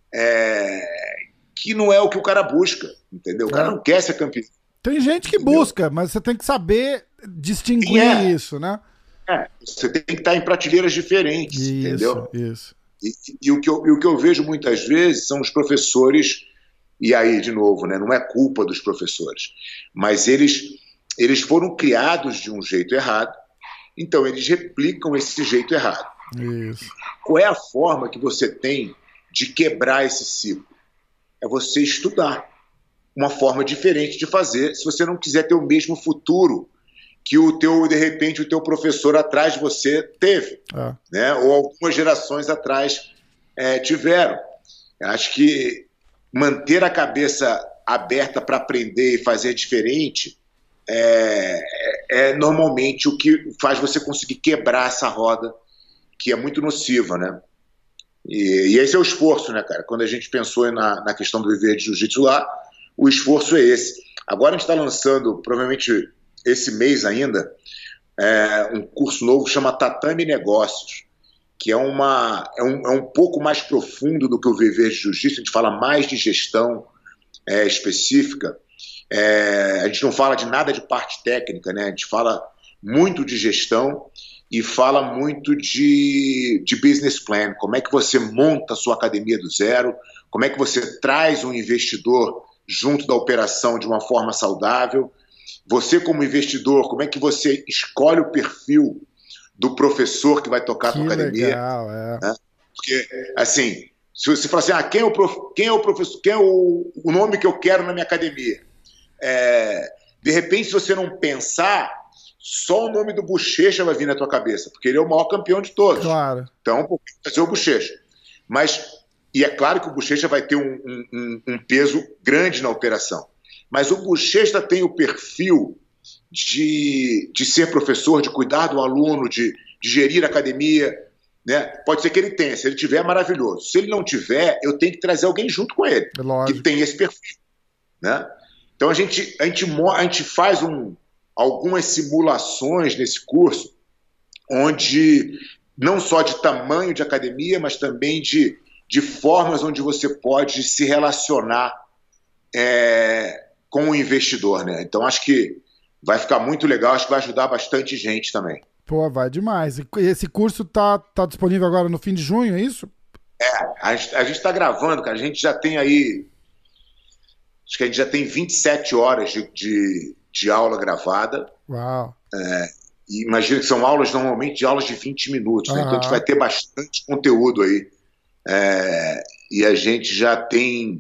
que não é o que o cara busca, entendeu? O cara não quer ser campeão. Tem gente que busca, mas você tem que saber distinguir isso, né? Você tem que estar em prateleiras diferentes, entendeu? Isso. E o que eu vejo muitas vezes são os professores, e aí, de novo, né, não é culpa dos professores, mas eles foram criados de um jeito errado, então eles replicam esse jeito errado. Isso. Qual é a forma que você tem de quebrar esse ciclo? É você estudar uma forma diferente de fazer, se você não quiser ter o mesmo futuro que de repente o teu professor atrás de você teve, né? Ou algumas gerações atrás tiveram. Eu acho que manter a cabeça aberta para aprender e fazer diferente é normalmente o que faz você conseguir quebrar essa roda, que é muito nociva, né? E esse é o esforço, né, cara? Quando a gente pensou na questão do viver de jiu-jitsu lá, o esforço é esse. Agora a gente está lançando, provavelmente esse mês ainda, um curso novo que chama Tatame Negócios, que é um pouco mais profundo do que o viver de jiu-jitsu. A gente fala mais de gestão específica. A gente não fala de nada de parte técnica, né? A gente fala muito de gestão e fala muito de business plan, como é que você monta a sua academia do zero, como é que você traz um investidor junto da operação de uma forma saudável. Você, como investidor, como é que você escolhe o perfil do professor que vai tocar a tua academia? Legal, né? Porque, assim, se você falar assim, quem é o professor, quem é o nome que eu quero na minha academia? De repente, se você não pensar, só o nome do Bochecha vai vir na tua cabeça, porque ele é o maior campeão de todos. Claro. Então, vai ser o Bochecha. E é claro que o Bochecha vai ter um peso grande na operação. Mas o Bochecha tem o perfil de ser professor, de cuidar do aluno, de gerir a academia, né? Pode ser que ele tenha, se ele tiver, é maravilhoso. Se ele não tiver, eu tenho que trazer alguém junto com ele, que tem esse perfil, né? Então a gente faz algumas simulações nesse curso, onde não só de tamanho de academia, mas também de formas onde você pode se relacionar com o investidor, né? Então acho que vai ficar muito legal, acho que vai ajudar bastante gente também. Pô, vai demais. E esse curso tá disponível agora no fim de junho, é isso? A gente está gravando, cara. A gente já tem aí, acho que a gente já tem 27 horas de aula gravada. Uau! E imagina que são aulas normalmente de aulas de 20 minutos, né? Então a gente vai ter bastante conteúdo aí. E a gente já tem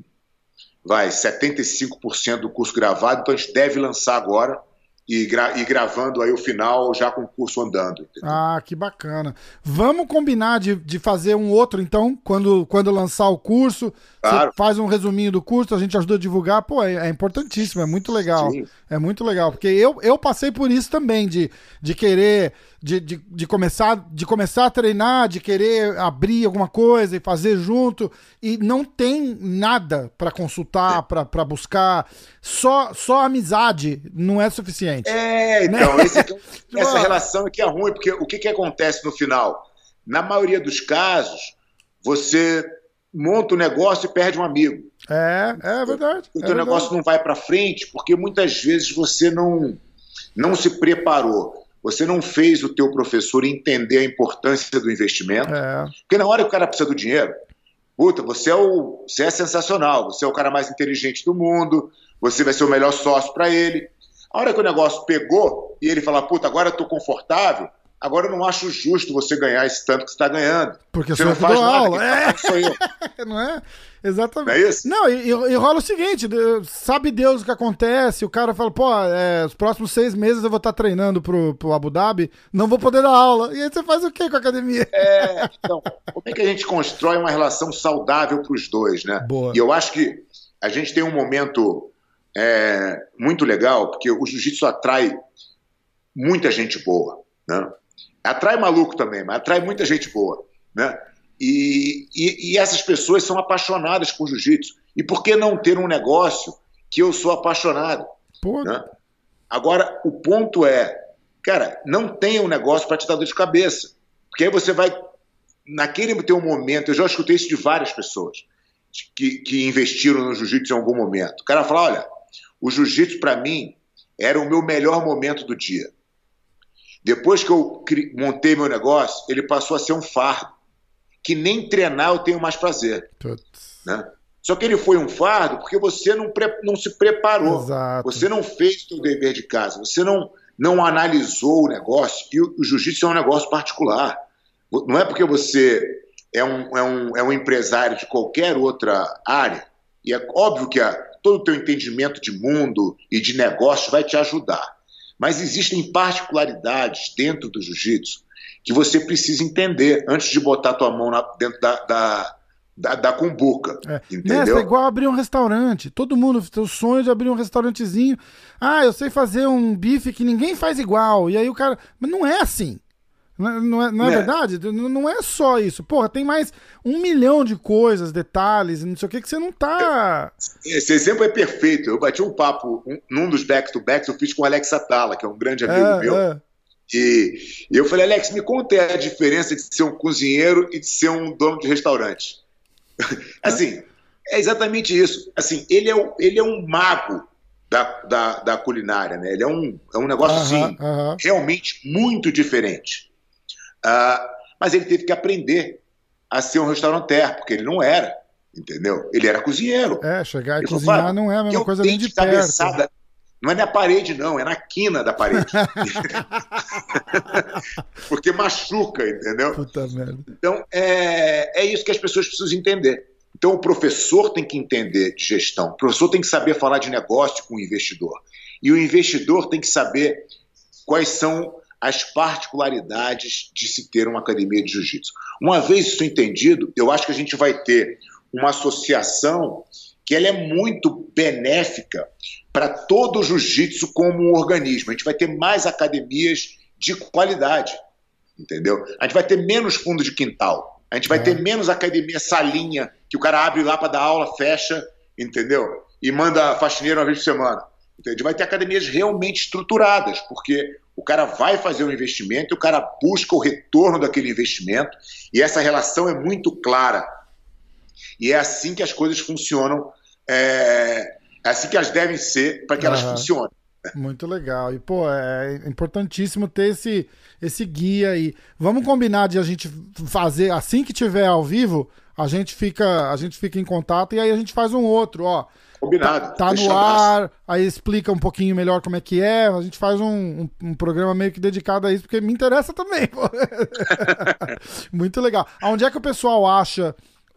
75% do curso gravado, então a gente deve lançar agora e gravando aí o final já com o curso andando. Entendeu? Ah, que bacana. Vamos combinar de fazer um outro, então, quando lançar o curso, claro. Você faz um resuminho do curso, a gente ajuda a divulgar. Pô, é importantíssimo, é muito legal. Sim. É muito legal, porque eu passei por isso também, de querer... De começar a treinar, de querer abrir alguma coisa e fazer junto, e não tem nada para consultar, para buscar, só amizade não é suficiente. Então, essa relação aqui é ruim, porque o que acontece no final? Na maioria dos casos, você monta um negócio e perde um amigo. É verdade. O teu negócio não vai para frente, porque muitas vezes você não se preparou. Você não fez o teu professor entender a importância do investimento. Porque na hora que o cara precisa do dinheiro, puta, você é sensacional, você é o cara mais inteligente do mundo, você vai ser o melhor sócio para ele. A hora que o negócio pegou e ele fala, puta, agora eu tô confortável, agora eu não acho justo você ganhar esse tanto que você está ganhando. Porque você não faz nada, aula. Sou eu. Não é? Exatamente. Não é isso? Não, e rola o seguinte, sabe Deus o que acontece, o cara fala, pô, os próximos 6 meses eu vou estar treinando pro Abu Dhabi, não vou poder dar aula. E aí você faz o quê com a academia? Então, como é que a gente constrói uma relação saudável para os dois, né? Boa. E eu acho que a gente tem um momento muito legal, porque o jiu-jitsu atrai muita gente boa, né? Atrai maluco também, mas atrai muita gente boa, né? E essas pessoas são apaixonadas por jiu-jitsu. E por que não ter um negócio que eu sou apaixonado? Né? Agora, o ponto cara, não tenha um negócio para te dar dor de cabeça. Porque aí você vai, naquele teu momento, eu já escutei isso de várias pessoas que investiram no jiu-jitsu em algum momento. O cara fala, olha, o jiu-jitsu para mim era o meu melhor momento do dia. Depois que eu montei meu negócio, ele passou a ser um fardo, que nem treinar eu tenho mais prazer. Né? Só que ele foi um fardo porque você não se preparou. Exato. Você não fez o seu dever de casa, você não analisou o negócio, e o jiu-jitsu é um negócio particular. Não é porque você é um empresário de qualquer outra área, e é óbvio que todo o teu entendimento de mundo e de negócio vai te ajudar. Mas existem particularidades dentro do jiu-jitsu que você precisa entender antes de botar tua mão dentro da cumbuca. Entendeu? Mestre, é igual abrir um restaurante. Todo mundo tem o sonho de abrir um restaurantezinho. Eu sei fazer um bife que ninguém faz igual. E aí o cara... Mas não é assim. Não é verdade? Não é só isso. Porra, tem mais 1 milhão de coisas, detalhes, não sei o que você não tá... Esse exemplo é perfeito. Eu bati um papo, num dos back-to-backs, eu fiz com o Alex Atala, que é um grande amigo meu. E eu falei, Alex, me conta a diferença de ser um cozinheiro e de ser um dono de restaurante. Assim, é exatamente isso. Assim, ele é um mago da culinária, né? Ele é um negócio realmente muito diferente. Mas ele teve que aprender a ser um restaurateur, porque ele não era, entendeu? Ele era cozinheiro. Chegar e cozinhar não é a mesma coisa nem de perto. Não é na parede, não, é na quina da parede. Porque machuca, entendeu? Puta merda. Então, é isso que as pessoas precisam entender. Então, o professor tem que entender de gestão, o professor tem que saber falar de negócio com o investidor. E o investidor tem que saber quais são as particularidades de se ter uma academia de jiu-jitsu. Uma vez isso entendido, eu acho que a gente vai ter uma associação que ela é muito benéfica para todo o jiu-jitsu como um organismo. A gente vai ter mais academias de qualidade, entendeu? A gente vai ter menos fundo de quintal. A gente vai ter menos academia salinha, que o cara abre lá para dar aula, fecha, entendeu? E manda faxineiro uma vez por semana. Então, a gente vai ter academias realmente estruturadas, porque o cara vai fazer um investimento, o cara busca o retorno daquele investimento, e essa relação é muito clara. E é assim que as coisas funcionam, é assim que elas devem ser para que elas funcionem. Muito legal. E, pô, é importantíssimo ter esse guia aí. Vamos combinar de a gente fazer, assim que tiver ao vivo, a gente fica em contato e aí a gente faz um outro, ó. Combinado. Tá no ar, aí explica um pouquinho melhor como é que é, a gente faz um programa meio que dedicado a isso, porque me interessa também, pô. Muito legal. Aonde é que o pessoal acha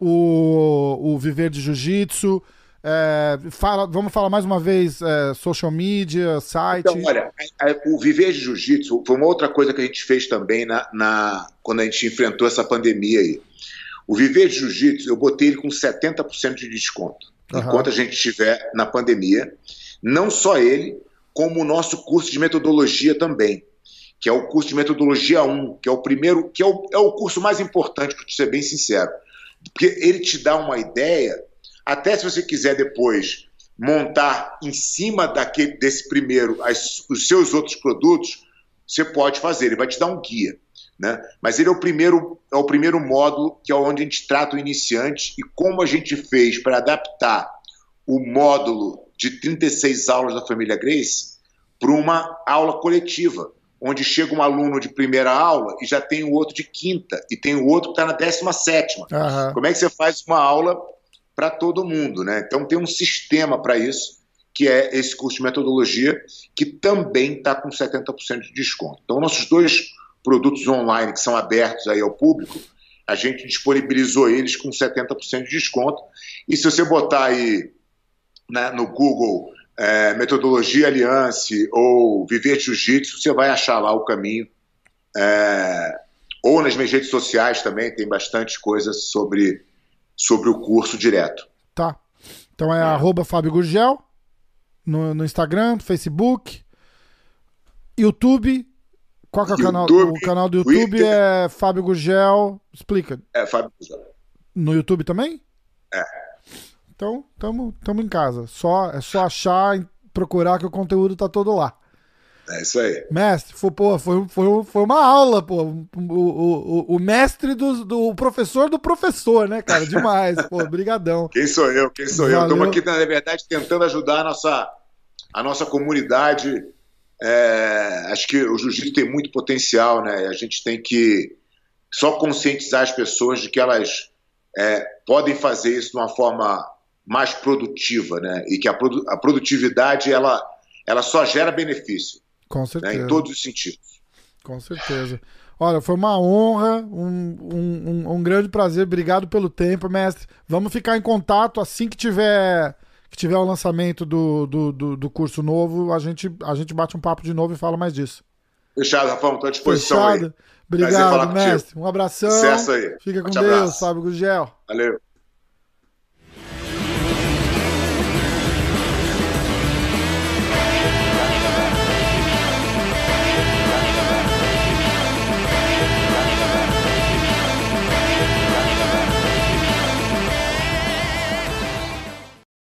o Viver de Jiu-Jitsu? Vamos falar mais uma vez, social media, site. Então, olha, o Viver de Jiu-Jitsu foi uma outra coisa que a gente fez também quando a gente enfrentou essa pandemia aí. O Viver de Jiu-Jitsu, eu botei ele com 70% de desconto, enquanto a gente estiver na pandemia. Não só ele, como o nosso curso de metodologia também, que é o curso de metodologia 1, que é o primeiro, que é o curso mais importante, para ser bem sincero, porque ele te dá uma ideia. Até se você quiser depois montar em cima desse primeiro os seus outros produtos, você pode fazer, ele vai te dar um guia, né? Mas ele é o primeiro módulo, que é onde a gente trata o iniciante, e como a gente fez para adaptar o módulo de 36 aulas da família Gracie para uma aula coletiva, onde chega um aluno de primeira aula e já tem o outro de quinta, e tem o outro que está na 17ª. Como é que você faz uma aula para todo mundo, né? Então tem um sistema para isso, que é esse curso de metodologia, que também está com 70% de desconto. Então nossos dois produtos online que são abertos aí ao público, a gente disponibilizou eles com 70% de desconto, e se você botar aí, né, no Google Metodologia Alliance ou Viver Jiu-Jitsu, você vai achar lá o caminho, ou nas minhas redes sociais também tem bastante coisa sobre o curso direto. Tá. Então é @Fábio Gurgel no Instagram, Facebook, YouTube. Qual que é o canal? O canal do YouTube Twitter. É Fábio Gurgel. Explica. Fábio Gurgel. No YouTube também? Então, tamo em casa. É só achar e procurar que o conteúdo tá todo lá. É isso aí. Mestre, foi uma aula, pô. O mestre do professor do professor, né, cara? Demais, pô. Brigadão. Quem sou eu? Estamos aqui, na verdade, tentando ajudar a nossa comunidade. Acho que o jiu-jitsu tem muito potencial, né? A gente tem que só conscientizar as pessoas de que elas podem fazer isso de uma forma mais produtiva, né? E que a produtividade, ela só gera benefício. Com certeza. Né, em todos os sentidos. Com certeza. Olha, foi uma honra, um grande prazer. Obrigado pelo tempo, mestre. Vamos ficar em contato assim que tiver o lançamento do curso novo. A gente bate um papo de novo e fala mais disso. Fechado, Rafael. Estou à disposição. Fechado. Aí. Obrigado, mestre. Um abração. Sucesso aí. Fica com Deus, Fábio Gurgel. Valeu.